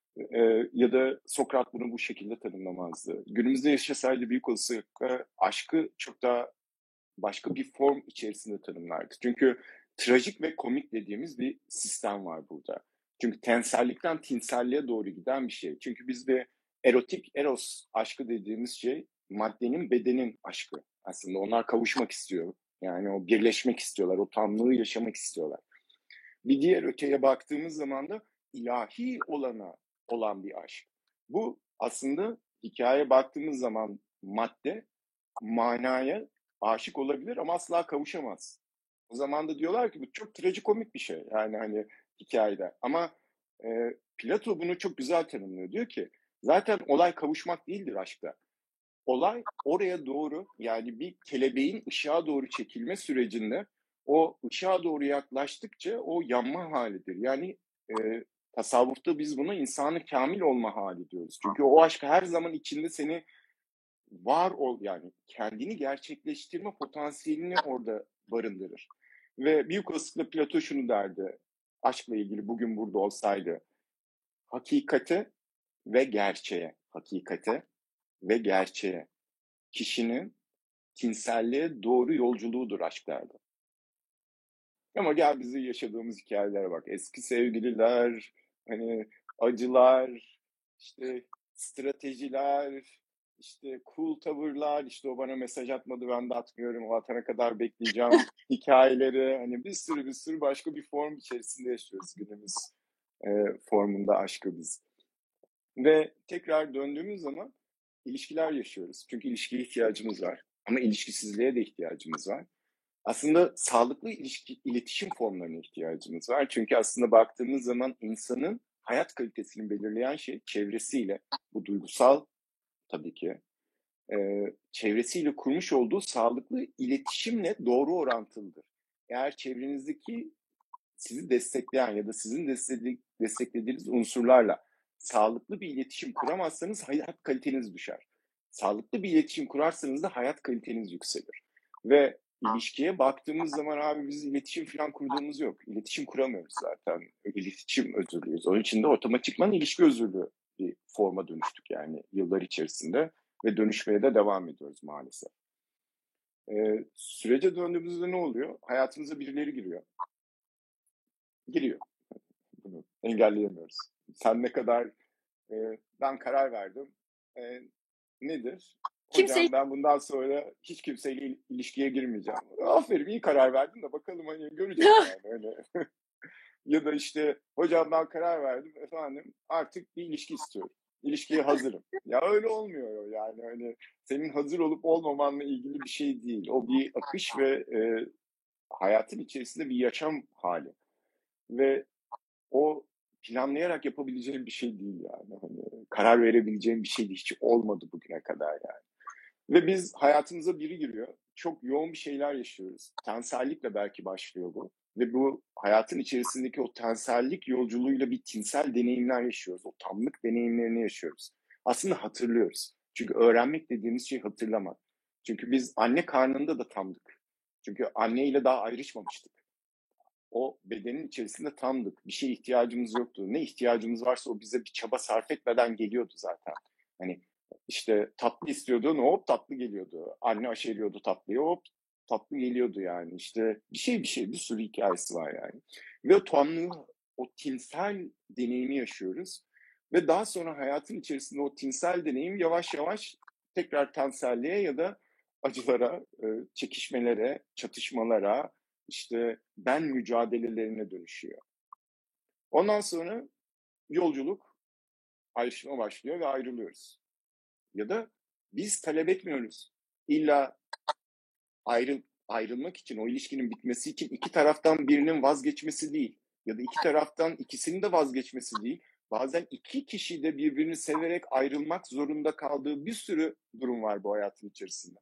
Ee, ya da Sokrat bunu bu şekilde tanımlamazdı. Günümüzde yaşasaydı büyük olasılıkla aşkı çok daha başka bir form içerisinde tanımlardı. Çünkü trajik ve komik dediğimiz bir sistem var burada. Çünkü tensellikten tinselliğe doğru giden bir şey. Çünkü bizde erotik, eros aşkı dediğimiz şey maddenin, bedenin aşkı. Aslında onlar kavuşmak istiyor. Yani o birleşmek istiyorlar, o tamlığı yaşamak istiyorlar. Bir diğer öteye baktığımız zaman da ilahi olana olan bir aşk. Bu aslında hikayeye baktığımız zaman madde manaya aşık olabilir ama asla kavuşamaz. O zaman da diyorlar ki bu çok trajikomik bir şey yani hani hikayede. Ama e, Plato bunu çok güzel tanımlıyor. Diyor ki zaten olay kavuşmak değildir aşkta. Olay oraya doğru, yani bir kelebeğin ışığa doğru çekilme sürecinde o ışığa doğru yaklaştıkça o yanma halidir. Yani e, tasavvufta biz buna insanı kamil olma hali diyoruz. Çünkü o aşk her zaman içinde seni var ol, yani kendini gerçekleştirme potansiyelini orada barındırır. Ve büyük olasılıkla Plato şunu derdi aşkla ilgili bugün burada olsaydı: hakikate ve gerçeğe, hakikate ve gerçeğe. Kişinin tinselliğe doğru yolculuğudur aşk derdi. Ama gel bizi yaşadığımız hikayelere bak. Eski sevgililer, hani acılar, işte stratejiler, işte cool tavırlar, işte o bana mesaj atmadı ben de atmıyorum, o atana kadar bekleyeceğim hikayeleri. Hani bir sürü bir sürü başka bir form içerisinde yaşıyoruz günümüz e, formunda aşkı biz. Ve tekrar döndüğümüz zaman ilişkiler yaşıyoruz. Çünkü ilişkiye ihtiyacımız var. Ama ilişkisizliğe de ihtiyacımız var. Aslında sağlıklı ilişki, iletişim formlarına ihtiyacımız var. Çünkü aslında baktığımız zaman insanın hayat kalitesini belirleyen şey çevresiyle, bu duygusal tabii ki, e, çevresiyle kurmuş olduğu sağlıklı iletişimle doğru orantılıdır. Eğer çevrenizdeki sizi destekleyen ya da sizin desteklediğiniz unsurlarla sağlıklı bir iletişim kuramazsanız hayat kaliteniz düşer. Sağlıklı bir iletişim kurarsanız da hayat kaliteniz yükselir. Ve ilişkiye baktığımız zaman abi biz iletişim falan kurduğumuz yok. İletişim kuramıyoruz zaten. İletişim özürlüyüz. Onun için de otomatikman ilişki özürlü bir forma dönüştük yani yıllar içerisinde ve dönüşmeye de devam ediyoruz maalesef. Ee, sürece döndüğümüzde ne oluyor? Hayatımıza birileri giriyor. Giriyor. Bunu engelleyemiyoruz. Sen ne kadar e, ben karar verdim. E, nedir? Kimse Hocam ben bundan sonra hiç kimseyle il- ilişkiye girmeyeceğim. Aferin iyi karar verdin de bakalım hani göreceğiz yani. Hani. Ya da işte hocam ben karar verdim efendim artık bir ilişki istiyorum. İlişkiye hazırım. Ya öyle olmuyor yani hani senin hazır olup olmamanla ilgili bir şey değil. O bir akış ve e, hayatın içerisinde bir yaşam hali. Ve o planlayarak yapabileceğim bir şey değil yani. Hani karar verebileceğim bir şey hiç olmadı bugüne kadar yani. Ve biz hayatımıza biri giriyor. Çok yoğun bir şeyler yaşıyoruz. Tensellikle belki başlıyor bu. Ve bu hayatın içerisindeki o tensellik yolculuğuyla bir tinsel deneyimler yaşıyoruz. O tamlık deneyimlerini yaşıyoruz. Aslında hatırlıyoruz. Çünkü öğrenmek dediğimiz şey hatırlamak. Çünkü biz anne karnında da tamdık. Çünkü anneyle daha ayrışmamıştık. O bedenin içerisinde tamdık. Bir şeye ihtiyacımız yoktu. Ne ihtiyacımız varsa o bize bir çaba sarf etmeden geliyordu zaten. Hani işte tatlı istiyordu, hop tatlı geliyordu. Anne aşeriyordu tatlıyı, hop tatlı geliyordu yani. İşte bir şey bir şey bir sürü hikayesi var yani. Ve o tamlığı, o tinsel deneyimi yaşıyoruz. Ve daha sonra hayatın içerisinde o tinsel deneyim yavaş yavaş tekrar tenselliğe ya da acılara, çekişmelere, çatışmalara, işte ben mücadelelerine dönüşüyor. Ondan sonra yolculuk, ayrışma başlıyor ve ayrılıyoruz. Ya da biz talep etmiyoruz. İlla ayrıl, ayrılmak için, o ilişkinin bitmesi için iki taraftan birinin vazgeçmesi değil. Ya da iki taraftan ikisinin de vazgeçmesi değil. Bazen iki kişi de birbirini severek ayrılmak zorunda kaldığı bir sürü durum var bu hayatın içerisinde.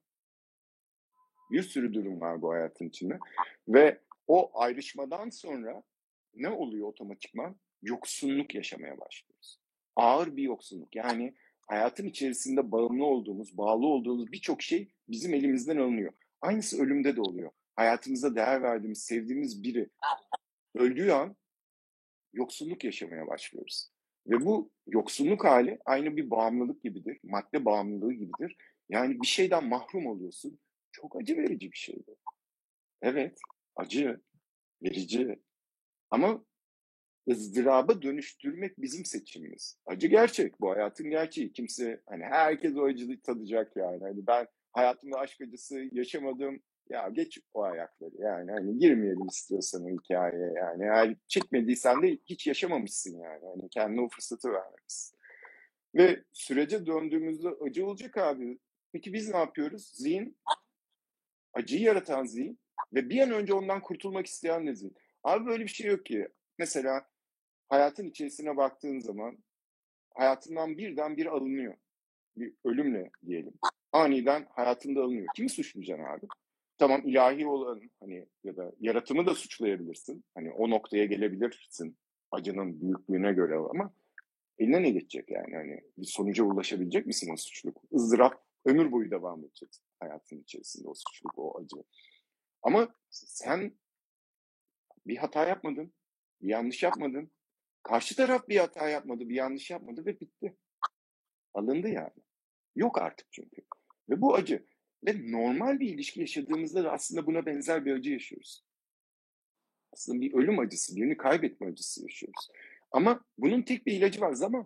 Bir sürü durum var bu hayatın içinde. Ve o ayrışmadan sonra ne oluyor otomatikman? Yoksunluk yaşamaya başlıyoruz. Ağır bir yoksunluk. Yani hayatın içerisinde bağımlı olduğumuz, bağlı olduğumuz birçok şey bizim elimizden alınıyor. Aynısı ölümde de oluyor. Hayatımızda değer verdiğimiz, sevdiğimiz biri öldüğü an yoksunluk yaşamaya başlıyoruz. Ve bu yoksunluk hali aynı bir bağımlılık gibidir. Madde bağımlılığı gibidir. Yani bir şeyden mahrum oluyorsun. Çok acı verici bir şey bu. Evet, acı verici. Ama ızdıraba dönüştürmek bizim seçimimiz. Acı gerçek, bu hayatın gerçeği. Kimse, hani herkes o acıyı tadacak yani. Hani ben hayatımda aşk acısı yaşamadım. Ya geç o ayakları yani. Hani girmeyelim istiyorsan o hikayeye yani. Eğer çekmediysen de hiç yaşamamışsın yani. Hani kendine o fırsatı vermemişsin. Ve sürece döndüğümüzde acı olacak abi. Peki biz ne yapıyoruz? Zihin, acıyı yaratan zihin ve bir an önce ondan kurtulmak isteyen de zihin. Abi böyle bir şey yok ki. Mesela hayatın içerisine baktığın zaman hayatından birden bir alınıyor. Bir ölümle diyelim. Aniden hayatında alınıyor. Kimi suçlayacaksın abi? Tamam ilahi olan hani ya da yaratımı da suçlayabilirsin. Hani o noktaya gelebilirsin acının büyüklüğüne göre ama eline ne geçecek yani? Hani bir sonuca ulaşabilecek misin o suçluluk? Izdırap ömür boyu devam edecek hayatın içerisinde o suçluluk, o acı. Ama sen bir hata yapmadın, bir yanlış yapmadın. Karşı taraf bir hata yapmadı, bir yanlış yapmadı ve bitti. Alındı yani. Yok artık çünkü. Ve bu acı. Ve normal bir ilişki yaşadığımızda da aslında buna benzer bir acı yaşıyoruz. Aslında bir ölüm acısı, birini kaybetme acısı yaşıyoruz. Ama bunun tek bir ilacı var, zaman.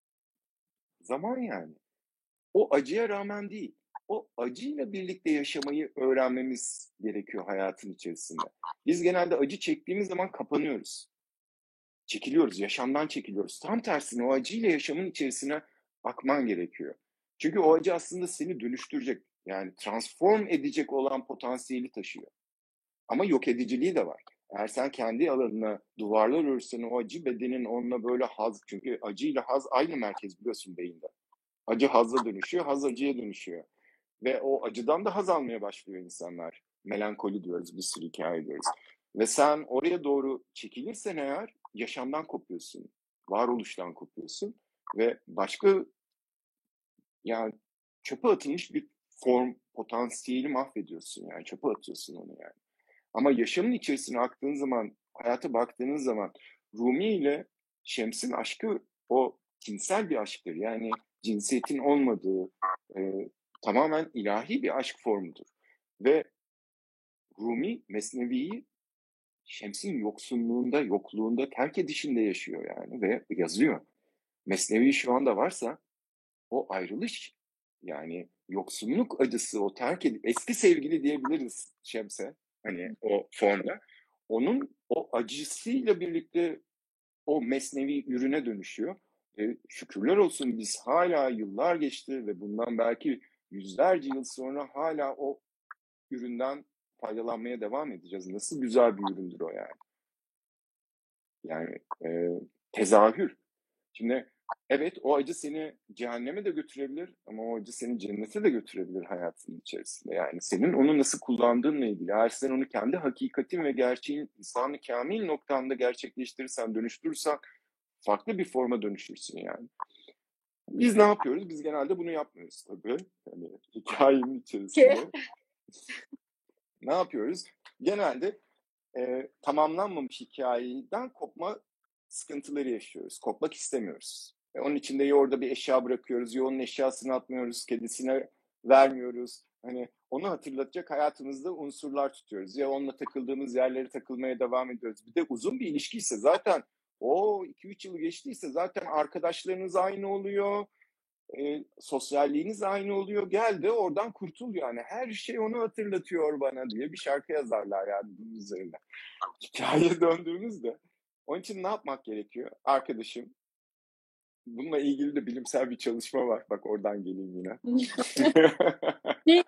Zaman yani. O acıya rağmen değil, o acıyla birlikte yaşamayı öğrenmemiz gerekiyor hayatın içerisinde. Biz genelde acı çektiğimiz zaman kapanıyoruz. Çekiliyoruz, yaşamdan çekiliyoruz. Tam tersine o acıyla yaşamın içerisine akman gerekiyor. Çünkü o acı aslında seni dönüştürecek, yani transform edecek olan potansiyeli taşıyor. Ama yok ediciliği de var. Eğer sen kendi alanına duvarlar örsen o acı bedenin onunla böyle haz, çünkü acıyla haz aynı merkez biliyorsun beyinde. Acı hazza dönüşüyor, haz acıya dönüşüyor. Ve o acıdan da haz almaya başlıyor insanlar. Melankoli diyoruz, bir sürü hikaye diyoruz. Ve sen oraya doğru çekilirsen eğer yaşamdan kopuyorsun. Varoluştan kopuyorsun. Ve başka, yani çöpe atılmış bir form, potansiyeli mahvediyorsun yani. Çöpe atıyorsun onu yani. Ama yaşamın içerisine aktığın zaman, hayata baktığınız zaman Rumi ile Şems'in aşkı o tinsel bir aşktır. Yani cinsiyetin olmadığı, e, tamamen ilahi bir aşk formudur. Ve Rumi Mesnevi'yi Şems'in yoksunluğunda, yokluğunda, terk edişinde yaşıyor yani ve yazıyor. Mesnevi şu anda varsa o ayrılış, yani yoksunluk acısı, o terk edip eski sevgili diyebiliriz Şems'e, hani o formda. Onun o acısıyla birlikte o mesnevi ürüne dönüşüyor. E, şükürler olsun biz hala yıllar geçti ve bundan belki yüzlerce yıl sonra hala o üründen faydalanmaya devam edeceğiz. Nasıl güzel bir üründür o yani. Yani e, tezahür. Şimdi evet, o acı seni cehenneme de götürebilir ama o acı seni cennete de götürebilir hayatının içerisinde. Yani senin onu nasıl kullandığınla ilgili. Eğer sen onu kendi hakikatin ve gerçeğin, insanı kamil noktanda gerçekleştirirsen, dönüştürürsen farklı bir forma dönüşürsün yani. Biz ne yapıyoruz? Biz genelde bunu yapmıyoruz tabii. Yani hikayenin içerisinde. Ne yapıyoruz? Genelde e, tamamlanmamış hikayeden kopma sıkıntıları yaşıyoruz. Kopmak istemiyoruz. E, onun için de ya orada bir eşya bırakıyoruz, ya onun eşyasını atmıyoruz, kedisine vermiyoruz. Hani onu hatırlatacak hayatımızda unsurlar tutuyoruz. Ya onunla takıldığımız yerlere takılmaya devam ediyoruz. Bir de uzun bir ilişkiyse zaten o iki üç yıl geçtiyse zaten arkadaşlarınız aynı oluyor. E, sosyalliğiniz aynı oluyor. Gel de oradan kurtul yani. Her şey onu hatırlatıyor bana diye bir şarkı yazarlar yani bunun üzerine. Hikayeye döndüğümüzde. Onun için ne yapmak gerekiyor? Arkadaşım, bununla ilgili de bilimsel bir çalışma var. Bak oradan geleyim yine. Ne?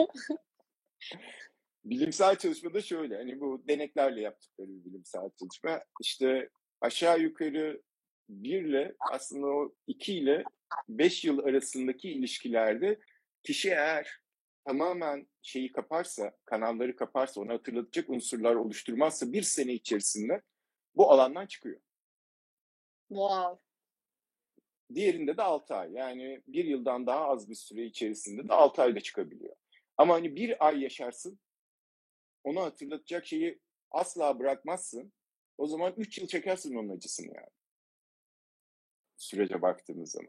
Bilimsel çalışmada şöyle, hani bu deneklerle yaptıkları bir bilimsel çalışma. İşte aşağı yukarı bir ile aslında o iki ile beş yıl arasındaki ilişkilerde kişi eğer tamamen şeyi kaparsa, kanalları kaparsa, onu hatırlatacak unsurlar oluşturmazsa bir sene içerisinde bu alandan çıkıyor. Wow. Diğerinde de altı ay. Yani bir yıldan daha az bir süre içerisinde de altı ayda çıkabiliyor. Ama hani bir ay yaşarsın, onu hatırlatacak şeyi asla bırakmazsın. O zaman üç yıl çekersin onun acısını yani. Sürece baktığımız zaman.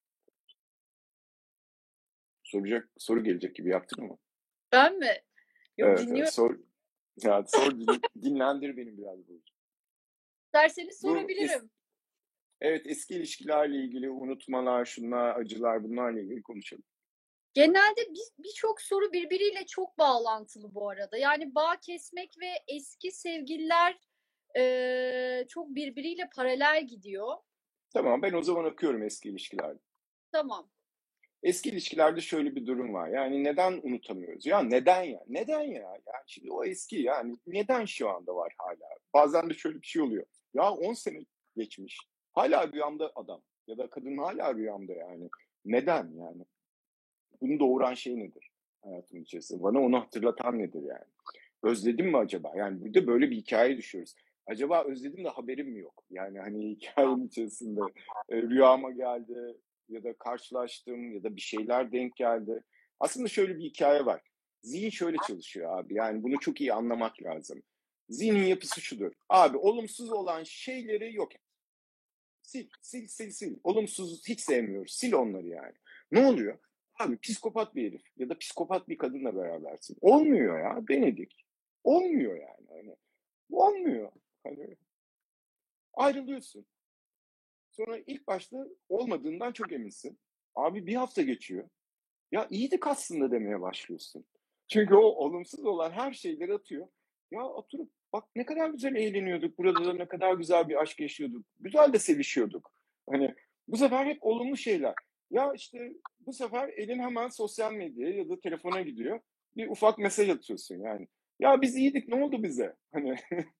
Soracak, soru gelecek gibi yaptın ama. Ben mi? Yok, Evet, dinliyorum. evet sor. Ya sor, dinlendir beni biraz bu. İsterseniz Bu sorabilirim. es, evet, eski ilişkilerle ilgili unutmalar, şunlar, acılar, bunlarla ilgili konuşalım. Genelde birçok bir soru birbiriyle çok bağlantılı bu arada. Yani bağ kesmek ve eski sevgililer e, çok birbiriyle paralel gidiyor. Tamam, ben o zaman okuyorum eski ilişkilerde. Tamam. Eski ilişkilerde şöyle bir durum var. Yani neden unutamıyoruz? Ya neden ya? Neden ya? Yani şimdi o eski, yani neden şu anda var hala? Bazen de şöyle bir şey oluyor. Ya on sene geçmiş. Hala rüyamda adam. Ya da kadın hala rüyamda yani. Neden yani? Bunu doğuran şey nedir hayatım içerisinde? Bana onu hatırlatan nedir yani? Özledim mi acaba? Yani bir de böyle bir hikaye düşüyoruz. Acaba özledim de haberim mi yok? Yani hani hikayenin içerisinde e, rüyama geldi ya da karşılaştım ya da bir şeyler denk geldi. Aslında şöyle bir hikaye var. Zihin şöyle çalışıyor abi. Yani bunu çok iyi anlamak lazım. Zihnin yapısı şudur. Abi olumsuz olan şeyleri yok et. Sil, sil, sil, sil. Olumsuz hiç sevmiyoruz. Sil onları yani. Ne oluyor? Abi psikopat bir herif ya da psikopat bir kadınla berabersin. Olmuyor ya, denedik. Olmuyor yani, hani. Olmuyor. Hani ayrılıyorsun. Sonra ilk başta olmadığından çok eminsin. Abi bir hafta geçiyor. Ya iyiydik aslında demeye başlıyorsun. Çünkü o olumsuz olan her şeyleri atıyor. Ya oturup bak ne kadar güzel eğleniyorduk. Burada da ne kadar güzel bir aşk yaşıyorduk. Güzel de sevişiyorduk. Hani bu sefer hep olumlu şeyler. Ya işte bu sefer elin hemen sosyal medyaya ya da telefona gidiyor. Bir ufak mesaj atıyorsun yani. Ya biz iyiydik, ne oldu bize? Hani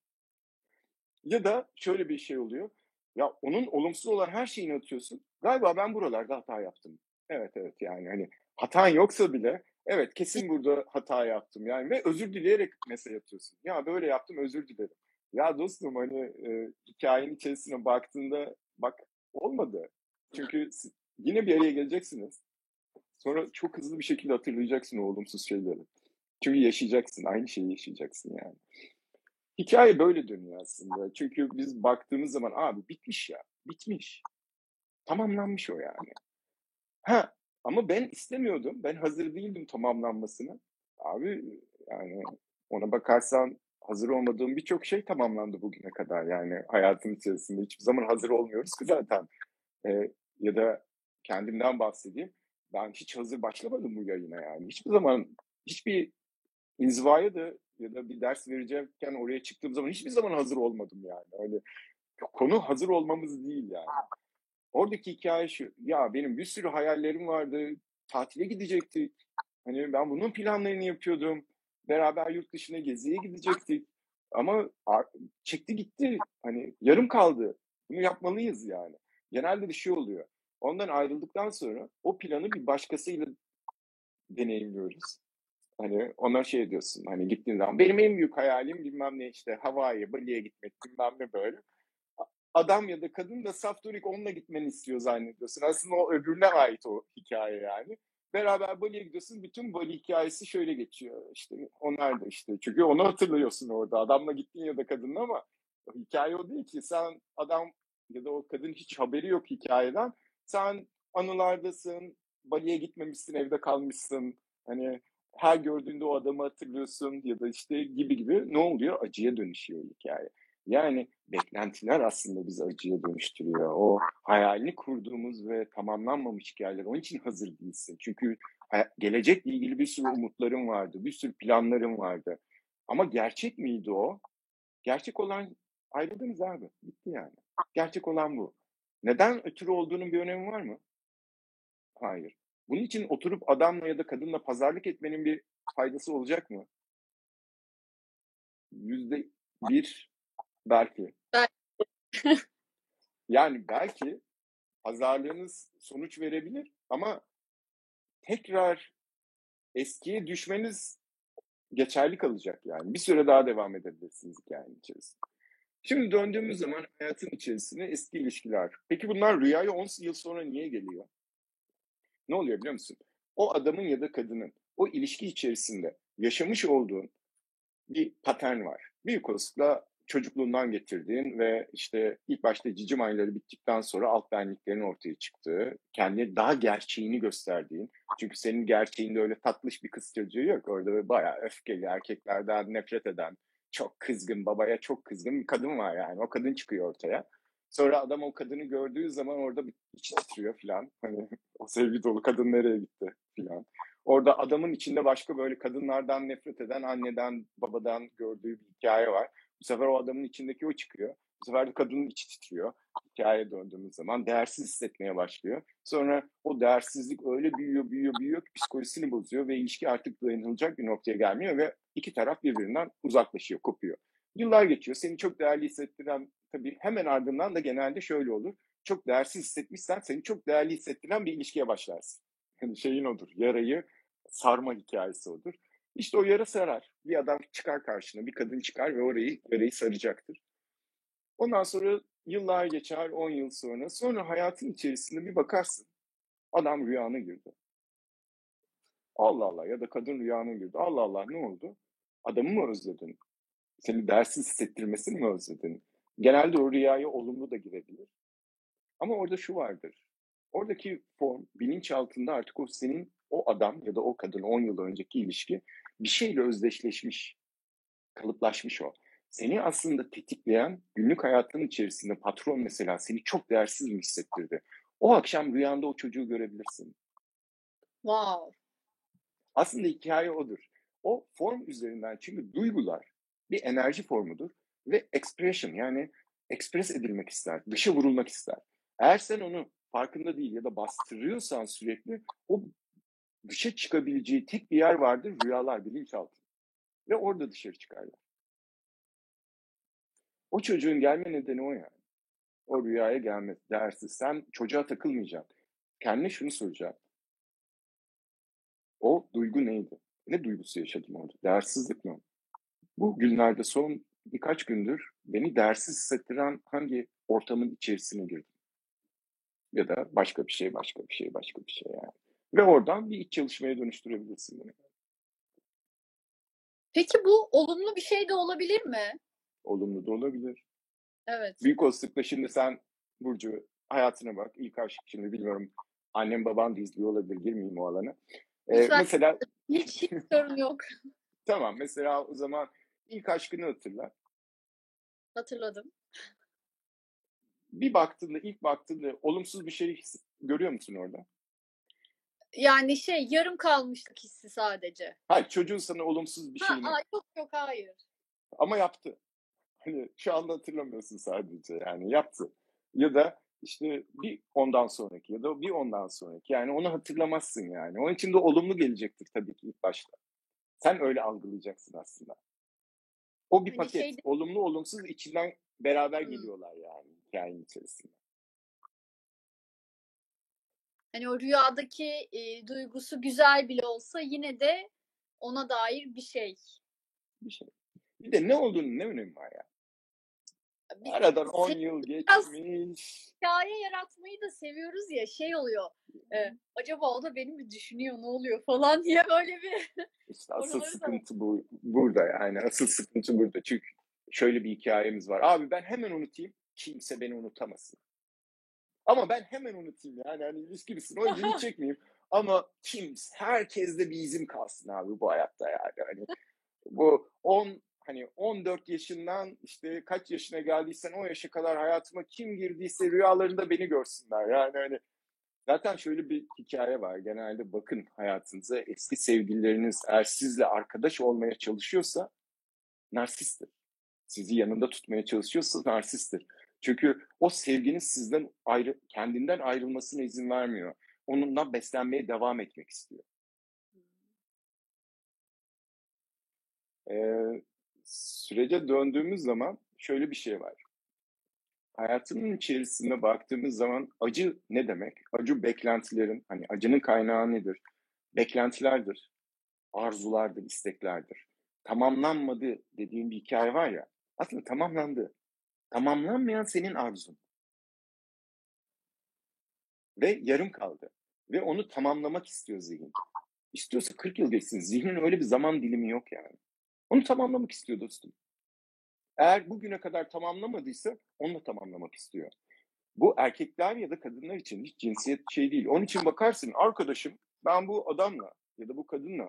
ya da şöyle bir şey oluyor. Ya onun olumsuz olan her şeyini atıyorsun. Galiba ben buralarda hata yaptım. Evet, evet, yani hani hatan yoksa bile evet kesin burada hata yaptım yani ve özür dileyerek mesaj atıyorsun. Ya böyle yaptım, özür dilerim. Ya dostum hani e, hikayenin içerisine baktığında bak olmadı. Çünkü siz yine bir araya geleceksiniz. Sonra çok hızlı bir şekilde hatırlayacaksın o olumsuz şeyleri. Çünkü yaşayacaksın, aynı şeyi yaşayacaksın yani. Hikaye böyle dönüyor aslında. Çünkü biz baktığımız zaman abi bitmiş ya, bitmiş. Tamamlanmış o yani. Ha ama ben istemiyordum. Ben hazır değildim tamamlanmasına. Abi yani ona bakarsan hazır olmadığım birçok şey tamamlandı bugüne kadar. Yani hayatım içerisinde hiçbir zaman hazır olmuyoruz ki zaten. Ee, ya da kendimden bahsedeyim. Ben hiç hazır başlamadım bu yayına yani. Hiçbir zaman hiçbir inzivaya da ya da bir ders verecekken oraya çıktığım zaman hiçbir zaman hazır olmadım yani. Öyle konu hazır olmamız değil yani. Oradaki hikaye şu. Ya benim bir sürü hayallerim vardı. Tatile gidecektik. Hani ben bunun planlarını yapıyordum. Beraber yurt dışına geziye gidecektik. Ama çekti gitti. Hani yarım kaldı. Bunu yapmalıyız yani. Genelde bir şey oluyor. Ondan ayrıldıktan sonra o planı bir başkasıyla deneyimliyoruz. Hani ona şey diyorsun hani gittiğin zaman benim en büyük hayalim bilmem ne işte Hawaii'ye, Bali'ye gitmek bilmem ne böyle. Adam ya da kadın da saftorik onunla gitmeni istiyor zannediyorsun. Aslında o öbürüne ait o hikaye yani. Beraber Bali'ye gidiyorsun. Bütün Bali hikayesi şöyle geçiyor. İşte onlar da işte. Çünkü onu hatırlıyorsun orada. Adamla gittin ya da kadınla ama hikaye o değil ki. Sen adam ya da o kadın hiç haberi yok hikayeden. Sen anılardasın. Bali'ye gitmemişsin, evde kalmışsın. Hani her gördüğünde o adamı hatırlıyorsun ya da işte gibi gibi ne oluyor? Acıya dönüşüyor hikaye. Yani beklentiler aslında bizi acıya dönüştürüyor. O hayalini kurduğumuz ve tamamlanmamış hikayeler. Onun için hazır değilsin. Çünkü gelecekle ilgili bir sürü umutlarım vardı, bir sürü planlarım vardı. Ama gerçek miydi o? Gerçek olan ayrıldınız abi. Bitti yani. Gerçek olan bu. Neden ötürü olduğunun bir önemi var mı? Hayır. Bunun için oturup adamla ya da kadınla pazarlık etmenin bir faydası olacak mı? Yüzde bir belki. Yani belki pazarlığınız sonuç verebilir ama tekrar eskiye düşmeniz geçerli kalacak yani. Bir süre daha devam edebilirsiniz hikayenin içerisinde. Şimdi döndüğümüz zaman hayatın içerisine eski ilişkiler. Peki bunlar rüyaya on yıl sonra niye geliyor? Ne oluyor biliyor musun? O adamın ya da kadının o ilişki içerisinde yaşamış olduğun bir patern var. Büyük olasılıkla çocukluğundan getirdiğin ve işte ilk başta cicim ayları bittikten sonra alt benliklerin ortaya çıktığı, kendi daha gerçeğini gösterdiğin. Çünkü senin gerçeğinde öyle tatlış bir kız çocuğu yok. Orada böyle bayağı öfkeli, erkeklerden nefret eden, çok kızgın, babaya çok kızgın bir kadın var yani. O kadın çıkıyor ortaya. Sonra adam o kadını gördüğü zaman orada bir içi titriyor falan. Hani o sevgi dolu kadın nereye gitti falan. Orada adamın içinde başka böyle kadınlardan nefret eden anneden, babadan gördüğü bir hikaye var. Bu sefer o adamın içindeki o çıkıyor. Bu sefer de kadının içi titriyor. Hikayeye döndüğümüz zaman değersiz hissetmeye başlıyor. Sonra o değersizlik öyle büyüyor, büyüyor, büyüyor ki psikolojisini bozuyor ve ilişki artık dayanılacak bir noktaya gelmiyor ve iki taraf birbirinden uzaklaşıyor, kopuyor. Yıllar geçiyor. Seni çok değerli hissettiren, tabii hemen ardından da genelde şöyle olur. Çok değersiz hissetmişsen seni çok değerli hissettiren bir ilişkiye başlarsın. Yani şeyin odur, yarayı sarma hikayesi odur. İşte o yara sarar. Bir adam çıkar karşına, bir kadın çıkar ve orayı yarayı saracaktır. Ondan sonra yıllar geçer, on yıl sonra. Sonra hayatın içerisinde bir bakarsın. Adam rüyana girdi. Allah Allah ya da kadın rüyana girdi. Allah Allah ne oldu? Adamı mı özledin? Seni değersiz hissettirmesini mi özledin? Genelde o rüyaya olumlu da girebilir. Ama orada şu vardır. Oradaki form bilinç altında artık o senin o adam ya da o kadın on yıl önceki ilişki bir şeyle özdeşleşmiş, kalıplaşmış o. Seni aslında tetikleyen günlük hayatının içerisinde patron mesela seni çok değersiz mi hissettirdi? O akşam rüyanda o çocuğu görebilirsin. Wow. Aslında hikaye odur. O form üzerinden, çünkü duygular bir enerji formudur ve expression, yani express edilmek ister, dışa vurulmak ister. Eğer sen onu farkında değil ya da bastırıyorsan sürekli, o dışa çıkabileceği tek bir yer vardır: rüyalar, bilinçaltı. Ve orada dışarı çıkarlar. O çocuğun gelme nedeni o yani. O rüyaya gelmesi, değersiz. Sen çocuğa takılmayacaksın. Kendine şunu soracaksın: o duygu neydi? Ne duygusu yaşadım orada? Değersizlik mi? Bu günlerde son birkaç gündür beni değersiz hissettiren hangi ortamın içerisine girdim? Ya da başka bir şey, başka bir şey, başka bir şey yani. Ve oradan bir iç çalışmaya dönüştürebilirsin bunu. Peki bu olumlu bir şey de olabilir mi? Olumlu da olabilir. Evet. Büyük olasılıkla şimdi sen Burcu hayatına bak. İlk aşk, şimdi bilmiyorum, annem baban da izliyor olabilir, girmeyeyim o alana. Ee, Lütfen. mesela Hiç, hiç sorun yok. tamam, mesela o zaman ilk aşkını hatırla. Hatırladım. Bir baktığında, ilk baktığında olumsuz bir şey görüyor musun orada? Yani şey, yarım kalmışlık hissi sadece. Hayır, çocuğun sana olumsuz bir Ha, şeyini aa, yok yok hayır. ama yaptı. Hani şu anda hatırlamıyorsun sadece, yani yaptı. Ya da işte bir ondan sonraki ya da bir ondan sonraki, yani onu hatırlamazsın yani. Onun için de olumlu gelecektir tabii ki ilk başta. Sen öyle algılayacaksın aslında. O bir Hani paket. şey, Olumlu olumsuz içinden beraber hmm, geliyorlar yani hikayenin içerisinde. hani o rüyadaki e, duygusu güzel bile olsa yine de ona dair bir şey. Bir şey. Bir de ne olduğunu, ne önemi var ya? Biz Aradan on se- yıl biraz geçmiş. hikaye yaratmayı da seviyoruz ya, şey oluyor. E, acaba o da beni mi düşünüyor, ne oluyor falan diye böyle bir İşte asıl oraları da var. sıkıntı bu, burada yani. Asıl sıkıntı burada. Çünkü şöyle bir hikayemiz var. Abi ben hemen unutayım, kimse beni unutamasın. Ama ben hemen unutayım yani. Hani ilişki bitsin, o ilgimi çekmeyeyim. Ama kimse, herkeste bir izim kalsın abi bu hayatta yani. Hani bu on hani on dört yaşından işte kaç yaşına geldiysen o yaşa kadar hayatıma kim girdiyse rüyalarında beni görsünler. Yani hani zaten şöyle bir hikaye var. Genelde bakın hayatınıza, eski sevgilileriniz eğer sizle arkadaş olmaya çalışıyorsa narsisttir. Sizi yanında tutmaya çalışıyorsa narsisttir. Çünkü o sevginin sizden ayrı, kendinden ayrılmasına izin vermiyor. Onunla beslenmeye devam etmek istiyor. Ee, sürece döndüğümüz zaman şöyle bir şey var. Hayatının içerisinde baktığımız zaman acı ne demek? Acı beklentilerin, hani acının kaynağı nedir? Beklentilerdir, arzulardır, isteklerdir. Tamamlanmadı dediğim bir hikaye var ya, aslında tamamlandı. Tamamlanmayan senin arzun ve yarım kaldı. Ve onu tamamlamak istiyor zihin. İstiyorsa kırk yıl geçsin. Zihnin öyle bir zaman dilimi yok yani. Onu tamamlamak istiyor dostum. Eğer bugüne kadar tamamlamadıysa onu da tamamlamak istiyor. Bu erkekler ya da kadınlar için hiç cinsiyet şey değil. Onun için bakarsın, arkadaşım ben bu adamla ya da bu kadınla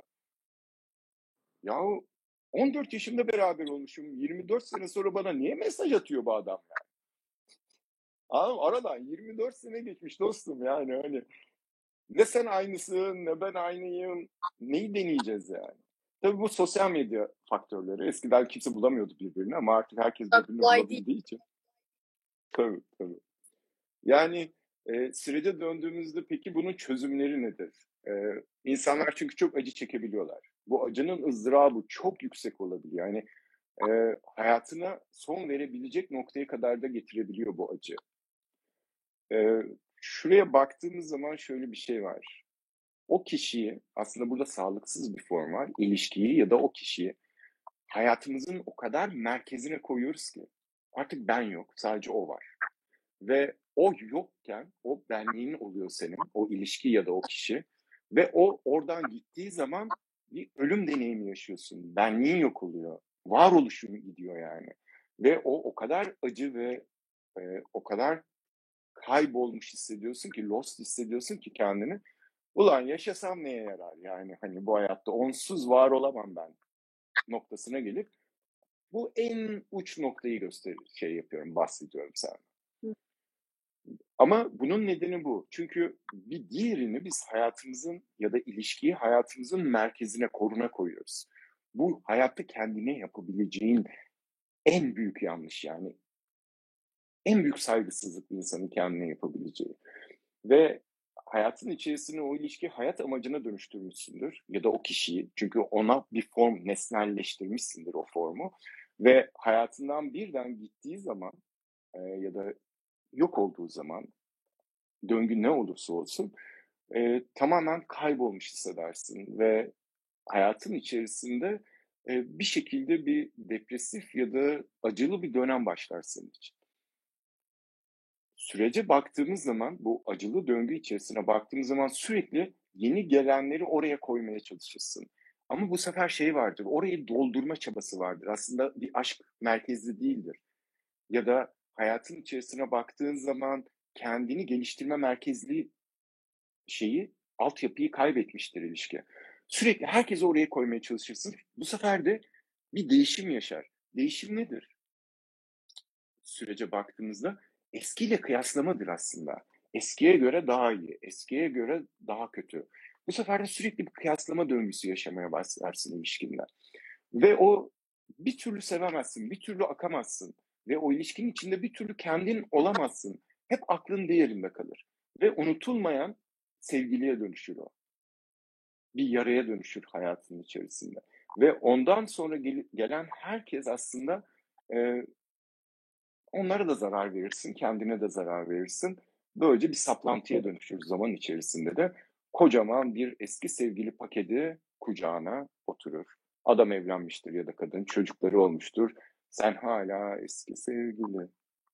yahu on dört yaşında beraber olmuşum. yirmi dört sene sonra bana niye mesaj atıyor bu adam ya? Abi aradan yirmi dört sene geçmiş dostum, yani hani ne sen aynısın ne ben aynıyım. Neyi deneyeceğiz yani? Tabii bu sosyal medya faktörleri. Eskiden kimse bulamıyordu birbirini ama artık herkes Bak, birbirini kolay değil. bulabildiği için. Tabii tabii. Yani e, sürece döndüğümüzde peki bunun çözümleri nedir? E, insanlar çünkü çok acı çekebiliyorlar. Bu acının ızdırabı çok yüksek olabiliyor. Yani e, hayatına son verebilecek noktaya kadar da getirebiliyor bu acı. E, şuraya baktığımız zaman şöyle bir şey var. O kişiyi, aslında burada sağlıksız bir form var, ilişkiyi ya da o kişiyi hayatımızın o kadar merkezine koyuyoruz ki artık ben yok, sadece o var. Ve o yokken o benliğin oluyor senin, o ilişki ya da o kişi. Ve o oradan gittiği zaman bir ölüm deneyimi yaşıyorsun. Benliğin yok oluyor. Varoluşun gidiyor yani. Ve o o kadar acı ve e, o kadar kaybolmuş hissediyorsun ki, lost hissediyorsun ki kendini. Ulan yaşasam neye yarar yani hani bu hayatta onsuz var olamam ben noktasına gelip bu en uç noktayı göster şey yapıyorum, bahsediyorum sana. Hı. Ama bunun nedeni bu. Çünkü bir diğerini biz hayatımızın ya da ilişkiyi hayatımızın merkezine, koruna koyuyoruz. Bu hayatta kendine yapabileceğin en büyük yanlış yani. En büyük saygısızlık bir insanın kendine yapabileceği. Ve hayatın içerisine o ilişki hayat amacına dönüştürmüşsündür ya da o kişiyi. Çünkü ona bir form nesnelleştirmişsindir o formu. Ve hayatından birden gittiği zaman e, ya da yok olduğu zaman döngü ne olursa olsun e, tamamen kaybolmuş hissedersin ve hayatın içerisinde e, bir şekilde bir depresif ya da acılı bir dönem başlar senin için. Sürece baktığımız zaman, bu acılı döngü içerisine baktığımız zaman sürekli yeni gelenleri oraya koymaya çalışırsın. Ama bu sefer şey vardır, orayı doldurma çabası vardır. Aslında bir aşk merkezli değildir. Ya da hayatın içerisine baktığın zaman kendini geliştirme merkezli şeyi, altyapıyı kaybetmiştir ilişki. Sürekli herkesi oraya koymaya çalışırsın. Bu sefer de bir değişim yaşar. Değişim nedir? Sürece baktığımızda eskiyle kıyaslamadır aslında. Eskiye göre daha iyi, eskiye göre daha kötü. Bu sefer de sürekli bir kıyaslama döngüsü yaşamaya başlarsın ilişkinde. Ve o bir türlü sevemezsin, bir türlü akamazsın. Ve o ilişkinin içinde bir türlü kendin olamazsın. Hep aklın diğerinde kalır. Ve unutulmayan sevgiliye dönüşür o. Bir yaraya dönüşür hayatının içerisinde. Ve ondan sonra gel- gelen herkes aslında e, onlara da zarar verirsin, kendine de zarar verirsin. Böylece bir saplantıya dönüşür zaman içerisinde de. Kocaman bir eski sevgili paketi kucağına oturur. Adam evlenmiştir ya da kadın, çocukları olmuştur. Sen hala eski sevgili.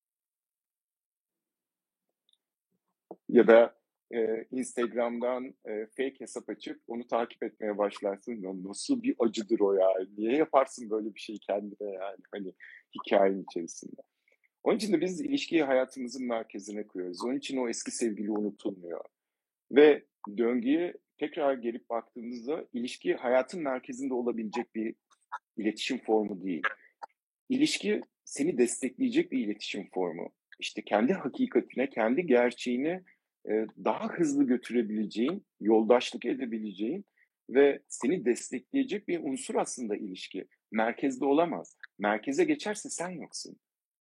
Ya da e, Instagram'dan e, fake hesap açıp onu takip etmeye başlarsın. Ya nasıl bir acıdır o ya? Niye yaparsın böyle bir şey kendine yani? Hani hikayenin içerisinde. Onun için de biz ilişkiyi hayatımızın merkezine koyuyoruz. Onun için o eski sevgili unutulmuyor. Ve döngüye tekrar gelip baktığımızda ilişki hayatın merkezinde olabilecek bir iletişim formu değil. İlişki seni destekleyecek bir iletişim formu. İşte kendi hakikatine, kendi gerçeğine e, daha hızlı götürebileceğin, yoldaşlık edebileceğin ve seni destekleyecek bir unsur aslında ilişki. Merkezde olamaz. Merkeze geçerse sen yoksun.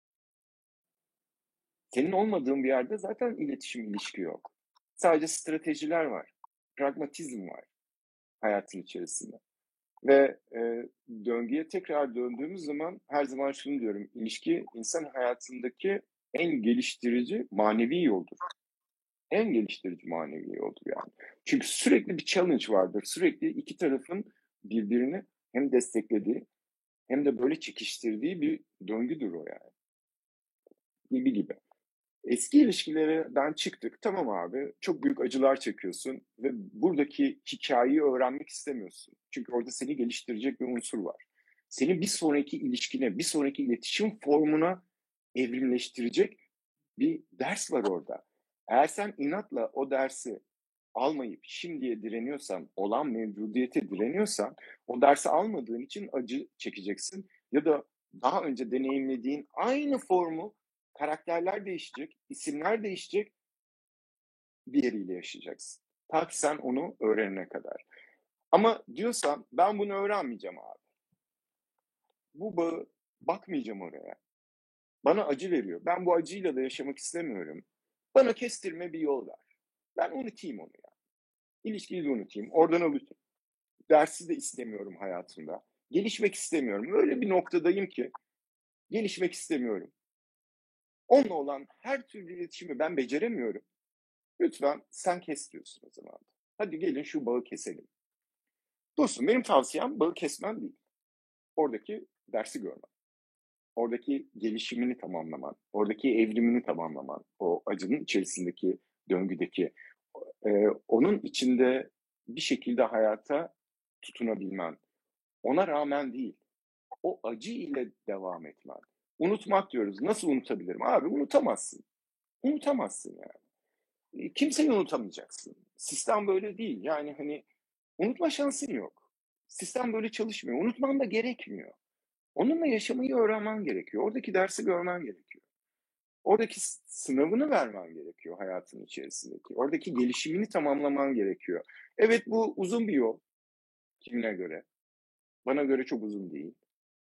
Senin olmadığın bir yerde zaten iletişim, ilişki yok. Sadece stratejiler var. Pragmatizm var hayatın içerisinde. Ve e, döngüye tekrar döndüğümüz zaman her zaman şunu diyorum. İlişki insan hayatındaki en geliştirici manevi yoldur. En geliştirici manevi yoldur yani. Çünkü sürekli bir challenge vardır. Sürekli iki tarafın birbirini hem desteklediği hem de böyle çekiştirdiği bir döngüdür o yani. Gibi gibi. Eski ilişkilerden çıktık. Tamam abi, çok büyük acılar çekiyorsun ve buradaki hikayeyi öğrenmek istemiyorsun. Çünkü orada seni geliştirecek bir unsur var. Seni bir sonraki ilişkine, bir sonraki iletişim formuna evrimleştirecek bir ders var orada. Eğer sen inatla o dersi almayıp şimdiye direniyorsan, olan mevcudiyete direniyorsan, o dersi almadığın için acı çekeceksin. Ya da daha önce deneyimlediğin aynı formu karakterler değişecek, isimler değişecek, diğeriyle yaşayacaksın. Ta ki sen onu öğrenene kadar. Ama diyorsan ben bunu öğrenmeyeceğim abi. Bu bağı bakmayacağım oraya. Bana acı veriyor. Ben bu acıyla da yaşamak istemiyorum. Bana kestirme bir yol ver. Ben unutayım onu ya. İlişkiyi de unutayım. Oradan alacağım. Dersi de istemiyorum hayatımda. Gelişmek istemiyorum. Öyle bir noktadayım ki gelişmek istemiyorum. Onunla olan her türlü iletişimi ben beceremiyorum. Lütfen sen kes diyorsun o zaman. Hadi gelin şu bağı keselim. Dostum benim tavsiyem bağı kesmen değil. Oradaki dersi görmen. Oradaki gelişimini tamamlaman. Oradaki evrimini tamamlaman. O acının içerisindeki döngüdeki. E, onun içinde bir şekilde hayata tutunabilmen. Ona rağmen değil. O acı ile devam etmen. Unutmak diyoruz. Nasıl unutabilirim? Abi unutamazsın. Unutamazsın yani. Kimseyi unutamayacaksın. sistem böyle değil. Yani, hani, unutma şansın yok. Sistem böyle çalışmıyor. Unutman da gerekmiyor. Onunla yaşamayı öğrenmen gerekiyor. Oradaki dersi görmen gerekiyor. Oradaki s sınavını vermen gerekiyor hayatın içerisindeki. Oradaki gelişimini tamamlaman gerekiyor. Evet, bu uzun bir yol kimine göre. Bana göre çok uzun değil.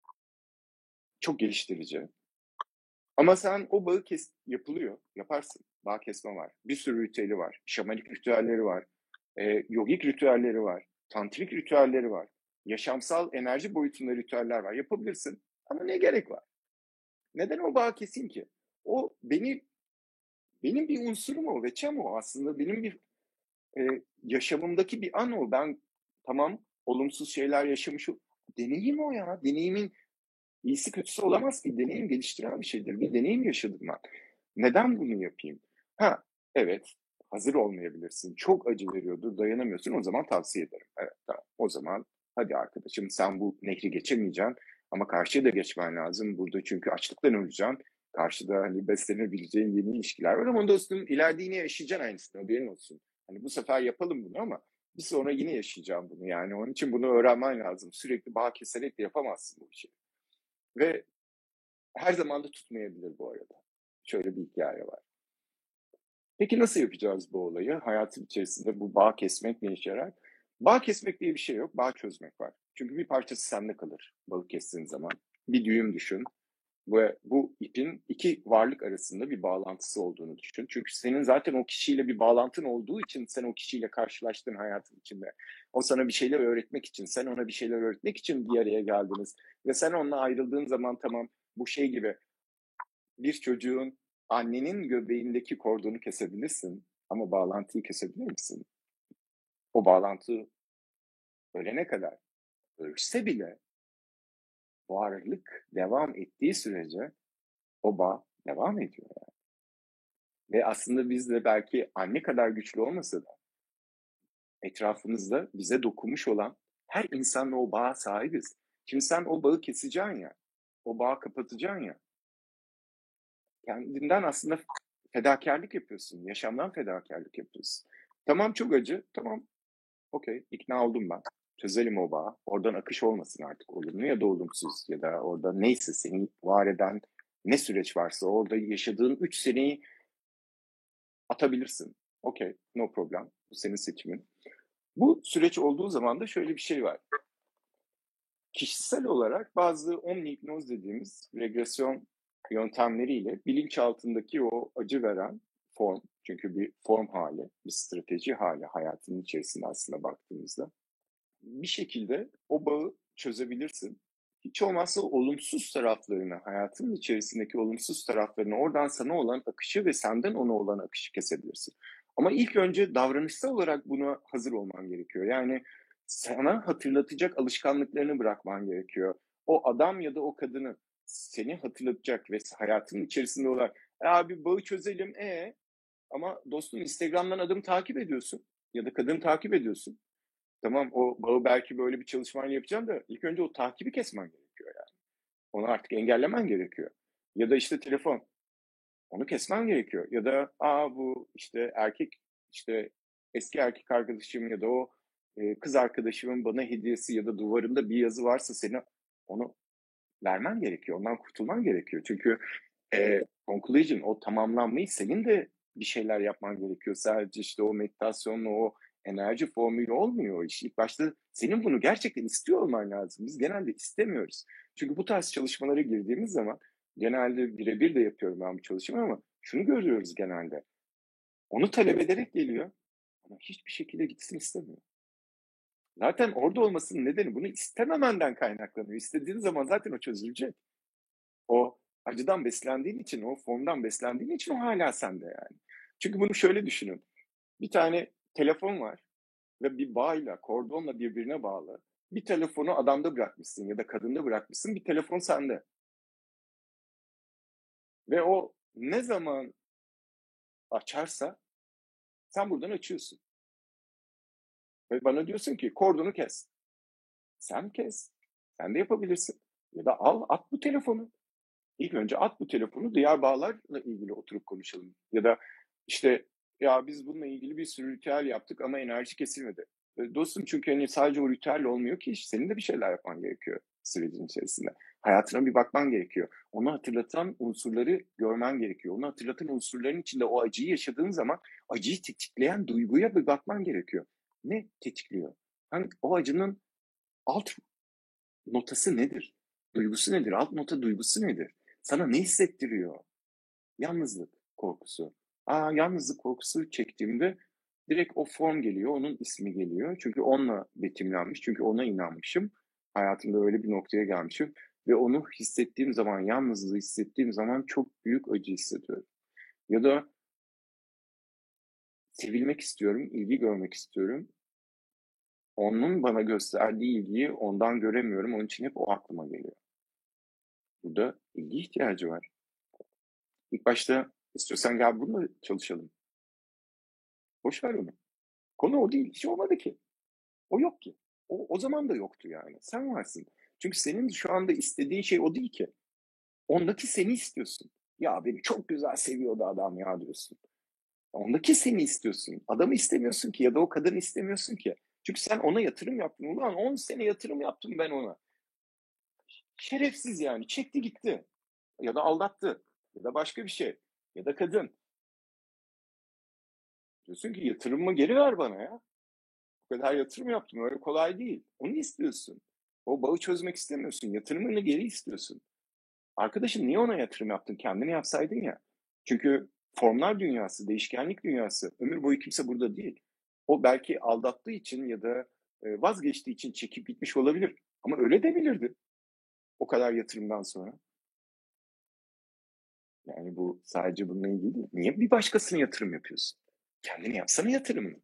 Çok geliştirici. Ama sen o bağı kes yapılıyor, yaparsın. Bağ kesme var. Bir sürü ritüeli var. Şamanik ritüelleri var. Eee, yogik ritüelleri var. Tantrik ritüelleri var. Yaşamsal enerji boyutunda ritüeller var. Yapabilirsin ama ne gerek var? Neden o bağı keseyim ki? O beni benim bir unsurum o, veçem o aslında. Benim bir, eee, yaşamımdaki bir an o. Ben tamam, olumsuz şeyler yaşamış o deneyim o ya. Deneyimin iyisi kötüsü olamaz ki. Deneyim geliştiren bir şeydir. Bir deneyim yaşadım ben. Neden bunu yapayım? Ha, evet, hazır olmayabilirsin. Çok acı veriyordur, dayanamıyorsun. O zaman tavsiye ederim. Evet, tamam. O zaman hadi arkadaşım sen bu nehri geçemeyeceksin ama karşıya da geçmen lazım. Burada çünkü açlıktan öleceksin. Karşıda hani beslenebileceğin yeni ilişkiler var ama dostum ileride yine yaşayacaksın aynısını. Haberin olsun. Hani bu sefer yapalım bunu ama bir sonra yine yaşayacağım bunu. Yani onun için bunu öğrenmen lazım. Sürekli bağ keserek de yapamazsın bu işi. Ve her zaman da tutmayabilir bu arada. Şöyle bir hikaye var. Peki nasıl yapacağız bu olayı? Hayatın içerisinde bu bağ kesmek ne işe yarar? Bağ kesmek diye bir şey yok, bağ çözmek var. Çünkü bir parçası sende kalır bağı kestiğin zaman. Bir düğüm düşün ve bu ipin iki varlık arasında bir bağlantısı olduğunu düşün. Çünkü senin zaten o kişiyle bir bağlantın olduğu için sen o kişiyle karşılaştın hayatın içinde. O sana bir şeyler öğretmek için, sen ona bir şeyler öğretmek için bir araya geldiniz. Ve sen onunla ayrıldığın zaman tamam bu şey gibi bir çocuğun annenin göbeğindeki kordonu kesebilirsin ama bağlantıyı kesebilir misin? O bağlantı ölene kadar ölse bile varlık devam ettiği sürece o bağ devam ediyor yani. Ve aslında biz de belki anne kadar güçlü olmasa da etrafımızda bize dokunmuş olan her insanla o bağa sahibiz. Şimdi sen o bağı keseceksin ya, o bağı kapatacaksın ya, kendinden aslında fedakarlık yapıyorsun, yaşamdan fedakarlık yapıyorsun. Tamam çok acı, tamam okey, ikna oldum ben. Çözelim o bağı. Oradan akış olmasın artık olumlu ya da olumsuz ya da orada neyse seni var eden ne süreç varsa orada yaşadığın üç seneyi atabilirsin. Okey, no problem. Bu senin seçimin. Bu süreç olduğu zaman da şöyle bir şey var. Kişisel olarak bazı omni hipnoz dediğimiz regresyon yöntemleriyle bilinçaltındaki o acı veren form, çünkü bir form hali, bir strateji hali hayatının içerisinde aslında baktığımızda bir şekilde o bağı çözebilirsin. Hiç olmazsa olumsuz taraflarını, hayatının içerisindeki olumsuz taraflarını, oradan sana olan akışı ve senden ona olan akışı kesebilirsin. Ama ilk önce davranışsal olarak buna hazır olman gerekiyor. Yani sana hatırlatacak alışkanlıklarını bırakman gerekiyor. O adam ya da o kadını seni hatırlatacak ve hayatının içerisinde olan e abi bağı çözelim e ama dostum Instagram'dan adamı takip ediyorsun ya da kadını takip ediyorsun. Tamam o bağı belki böyle bir çalışmayla yapacağım da ilk önce o takibi kesmen gerekiyor yani. Onu artık engellemen gerekiyor. Ya da işte telefon. Onu kesmen gerekiyor. Ya da aa bu işte erkek işte eski erkek arkadaşım ya da o e, kız arkadaşımın bana hediyesi ya da duvarında bir yazı varsa seni onu vermen gerekiyor. Ondan kurtulman gerekiyor. Çünkü e, conclusion, o tamamlanmayı senin de bir şeyler yapman gerekiyor. Sadece işte o meditasyonla, o enerji formülü olmuyor o iş. İlk başta senin bunu gerçekten istiyor olman lazım. Biz genelde istemiyoruz. Çünkü bu tarz çalışmalara girdiğimiz zaman genelde birebir de yapıyorum ben bu çalışmayı ama şunu görüyoruz genelde. Onu talep ederek geliyor ama hiçbir şekilde gitsin istemiyor. Zaten orada olmasının nedeni bunu istememenden kaynaklanıyor. İstediğin zaman zaten o çözülecek. O acıdan beslendiğin için, o formdan beslendiğin için o hala sende yani. Çünkü bunu şöyle düşünün. Bir tane telefon var ve bir bağla, kordonla birbirine bağlı. Bir telefonu adamda bırakmışsın ya da kadında bırakmışsın, bir telefon sende. Ve o ne zaman açarsa sen buradan açıyorsun. Ve bana diyorsun ki kordonu kes. Sen kes. Sen de yapabilirsin. Ya da al, at bu telefonu. İlk önce at bu telefonu, diğer bağlarla ilgili oturup konuşalım. Ya da işte Ya biz bununla ilgili bir sürü ritüel yaptık ama enerji kesilmedi. E, dostum çünkü hani sadece o ritüel olmuyor ki iş. Senin de bir şeyler yapman gerekiyor sürecin içerisinde. Hayatına bir bakman gerekiyor. Onu hatırlatan unsurları görmen gerekiyor. Onu hatırlatan unsurların içinde o acıyı yaşadığın zaman acıyı tetikleyen duyguya bir bakman gerekiyor. Ne tetikliyor? Hani o acının alt notası nedir? Duygusu nedir? Alt nota duygusu nedir? Sana ne hissettiriyor? Yalnızlık korkusu. Aa, yalnızlık korkusu çektiğimde direkt o form geliyor, onun ismi geliyor. Çünkü onunla betimlenmiş, çünkü ona inanmışım. Hayatımda öyle bir noktaya gelmişim ve onu hissettiğim zaman, yalnızlığı hissettiğim zaman çok büyük acı hissediyorum. Ya da sevilmek istiyorum, ilgi görmek istiyorum. Onun bana gösterdiği ilgiyi ondan göremiyorum. Onun için hep o aklıma geliyor. Burada ilgi ihtiyacı var. İlk başta istiyorsan gel bununla çalışalım. Boş ver onu. Konu o değil. Hiç olmadı ki. O yok ki. O, o zaman da yoktu yani. Sen varsın. Çünkü senin şu anda istediğin şey o değil ki. Ondaki seni istiyorsun. Ya beni çok güzel seviyordu adam ya diyorsun. Ondaki seni istiyorsun. Adamı istemiyorsun ki ya da o kadını istemiyorsun ki. Çünkü sen ona yatırım yaptın. Ulan on sene yatırım yaptım ben ona. Şerefsiz yani. Çekti gitti. Ya da aldattı. Ya da başka bir şey. Ya da kadın. Diyorsun ki yatırımımı geri ver bana ya. Bu kadar yatırım yaptım. Öyle kolay değil. Onu istiyorsun. O bağı çözmek istemiyorsun. Yatırımını geri istiyorsun. Arkadaşım niye ona yatırım yaptın? Kendine yapsaydın ya. Çünkü formlar dünyası, değişkenlik dünyası. Ömür boyu kimse burada değil. O belki aldattığı için ya da e, vazgeçtiği için çekip gitmiş olabilir. Ama öyle de bilirdi. O kadar yatırımdan sonra. Yani bu sadece bununla ilgili değil. Niye bir başkasına yatırım yapıyorsun? Kendine yapsana yatırımını.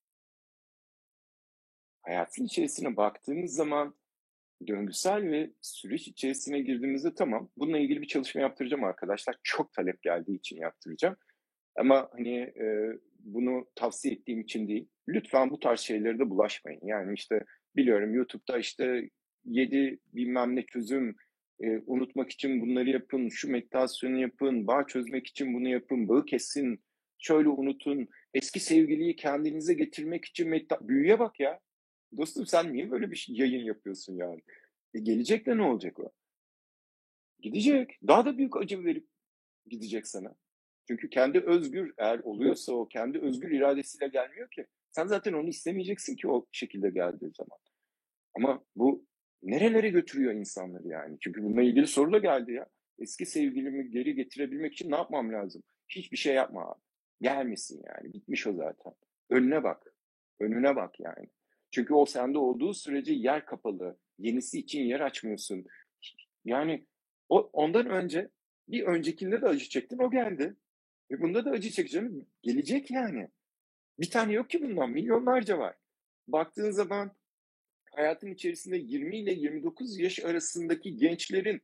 Hayatın içerisine baktığımız zaman döngüsel ve süreç içerisine girdiğimizde tamam, bununla ilgili bir çalışma yaptıracağım arkadaşlar. Çok talep geldiği için yaptıracağım. Ama hani e, bunu tavsiye ettiğim için değil. Lütfen bu tarz şeylere de bulaşmayın. Yani işte biliyorum YouTube'da işte yedi bilmem ne çözüm, e, unutmak için bunları yapın, şu meditasyonu yapın, bağ çözmek için bunu yapın, bağı kesin, şöyle unutun, eski sevgiliyi kendinize getirmek için medita... Büyüye bak ya. Dostum sen niye böyle bir şey, yayın yapıyorsun yani? E, gelecek de ne olacak o? Gidecek. Daha da büyük acı verip gidecek sana. Çünkü kendi özgür eğer oluyorsa o kendi özgür iradesiyle gelmiyor ki. Sen zaten onu istemeyeceksin ki o şekilde geldiği zaman. Ama bu nerelere götürüyor insanları yani? Çünkü bununla ilgili soru da geldi ya. Eski sevgilimi geri getirebilmek için ne yapmam lazım? Hiçbir şey yapma abi. Gelmesin yani. Bitmiş o zaten. Önüne bak. Önüne bak yani. Çünkü o sende olduğu sürece yer kapalı. Yenisi için yer açmıyorsun. Yani o ondan önce bir öncekinde de acı çektin o geldi. Ve bunda da acı çekeceğim. Gelecek yani. Bir tane yok ki bundan. Milyonlarca var. Baktığın zaman hayatın içerisinde yirmi ile yirmi dokuz yaş arasındaki gençlerin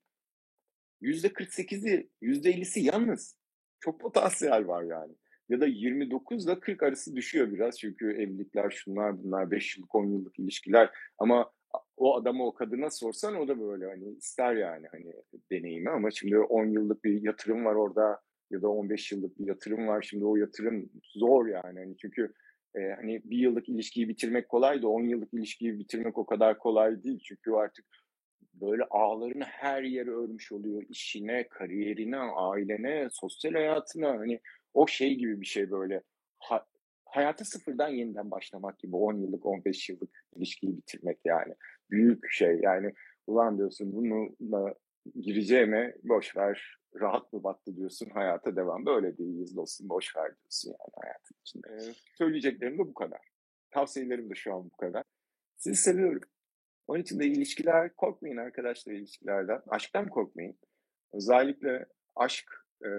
yüzde kırk sekizi, yüzde ellisi yalnız. Çok potansiyel var yani. Ya da yirmi dokuz ile kırk arası düşüyor biraz çünkü evlilikler şunlar bunlar beş yıllık on yıllık ilişkiler ama o adama o kadına sorsan o da böyle hani ister yani hani deneyimi ama şimdi on yıllık bir yatırım var orada ya da on beş yıllık bir yatırım var şimdi o yatırım zor yani hani çünkü e, hani bir yıllık ilişkiyi bitirmek kolay da on yıllık ilişkiyi bitirmek o kadar kolay değil çünkü artık böyle ağlarını her yere örmüş oluyor. İşine, kariyerine, ailene, sosyal hayatına. Hani o şey gibi bir şey böyle. Ha, hayata sıfırdan yeniden başlamak gibi on yıllık, on beş yıllık ilişkiyi bitirmek yani. Büyük şey yani. Ulan diyorsun bununla gireceğime boş ver. Rahat mı battı diyorsun hayata devam. Böyle değiliz dostum boş ver diyorsun yani hayatın içinde. Ee, söyleyeceklerim de bu kadar. Tavsiyelerim de şu an bu kadar. Sizi seviyorum. Onun için de ilişkiler, korkmayın arkadaşlar ilişkilerden. Aşktan korkmayın. Özellikle aşk, e,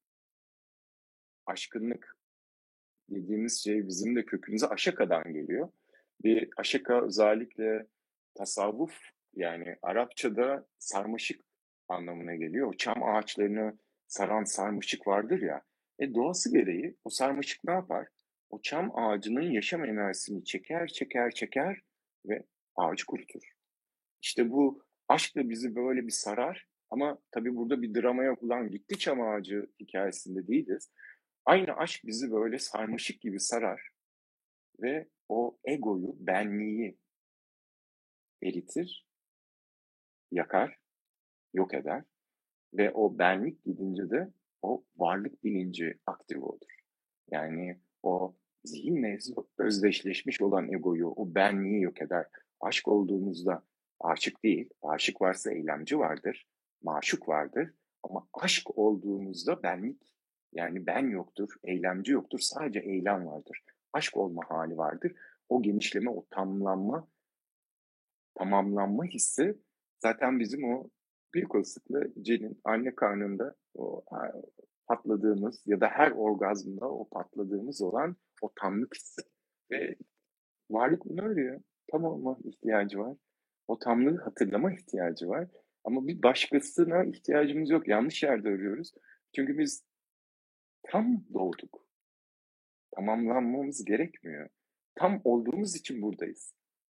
aşkınlık dediğimiz şey bizim de kökümüze Aşaka'dan geliyor. Bir Aşaka özellikle tasavvuf yani Arapçada sarmaşık anlamına geliyor. O çam ağaçlarını saran sarmaşık vardır ya. E doğası gereği o sarmaşık ne yapar? O çam ağacının yaşam enerjisini çeker, çeker, çeker ve ağacı kurutur. İşte bu aşk da bizi böyle bir sarar ama tabii burada bir drama yok. Ulan gitti çam ağacı hikayesinde değiliz. Aynı aşk bizi böyle sarmaşık gibi sarar ve o egoyu, benliği eritir, yakar, yok eder ve o benlik gidince de o varlık bilinci aktif olur. Yani o zihinle özdeşleşmiş olan egoyu, o benliği yok eder. Aşk olduğumuzda aşık değil, aşık varsa eylemci vardır, maşuk vardır. Ama aşk olduğumuzda benlik, yani ben yoktur, eylemci yoktur, sadece eylem vardır. Aşk olma hali vardır. O genişleme, o tamamlanma, tamamlanma hissi zaten bizim o büyük olasılıkla Cen'in anne karnında o patladığımız ya da her orgazmda o patladığımız olan o tamlık hissi. Ve varlık bunu arıyor. Tam olma ihtiyacı var. O tamlığı hatırlama ihtiyacı var. Ama bir başkasına ihtiyacımız yok. Yanlış yerde arıyoruz. Çünkü biz tam doğduk. Tamamlanmamız gerekmiyor. Tam olduğumuz için buradayız.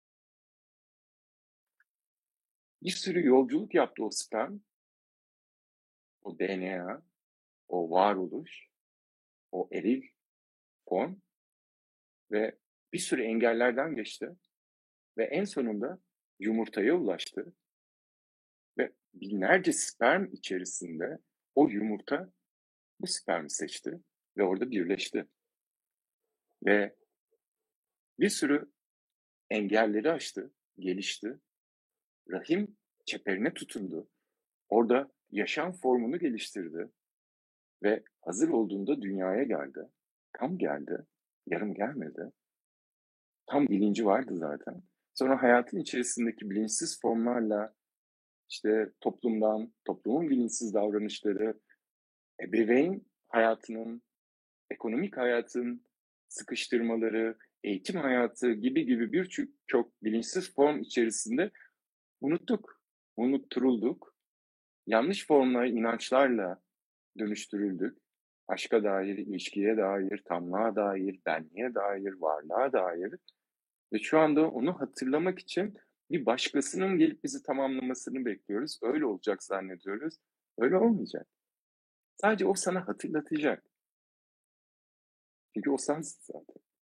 Bir sürü yolculuk yaptı o sperm, o D N A, o varoluş, o eril form ve bir sürü engellerden geçti ve en sonunda yumurtaya ulaştı ve binlerce sperm içerisinde o yumurta bu spermi seçti ve orada birleşti ve bir sürü engelleri aştı, gelişti, rahim çeperine tutundu, orada yaşam formunu geliştirdi ve hazır olduğunda dünyaya geldi, tam geldi, yarım gelmedi. Tam bilinci vardı zaten. Sonra hayatın içerisindeki bilinçsiz formlarla işte toplumdan, toplumun bilinçsiz davranışları, ebeveyn hayatının, ekonomik hayatın sıkıştırmaları, eğitim hayatı gibi gibi birçok çok bilinçsiz form içerisinde unuttuk, unutturulduk. Yanlış formlara, inançlarla dönüştürüldük. Aşka dair, ilişkiye dair, tamlığa dair, benliğe dair, varlığa dair. Ve şu anda onu hatırlamak için bir başkasının gelip bizi tamamlamasını bekliyoruz. Öyle olacak zannediyoruz. Öyle olmayacak. Sadece o sana hatırlatacak. Çünkü o sensin zaten.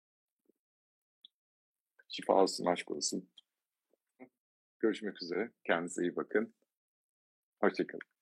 Şifa olsun, aşk olsun. Görüşmek üzere. Kendinize iyi bakın. Hoşçakalın.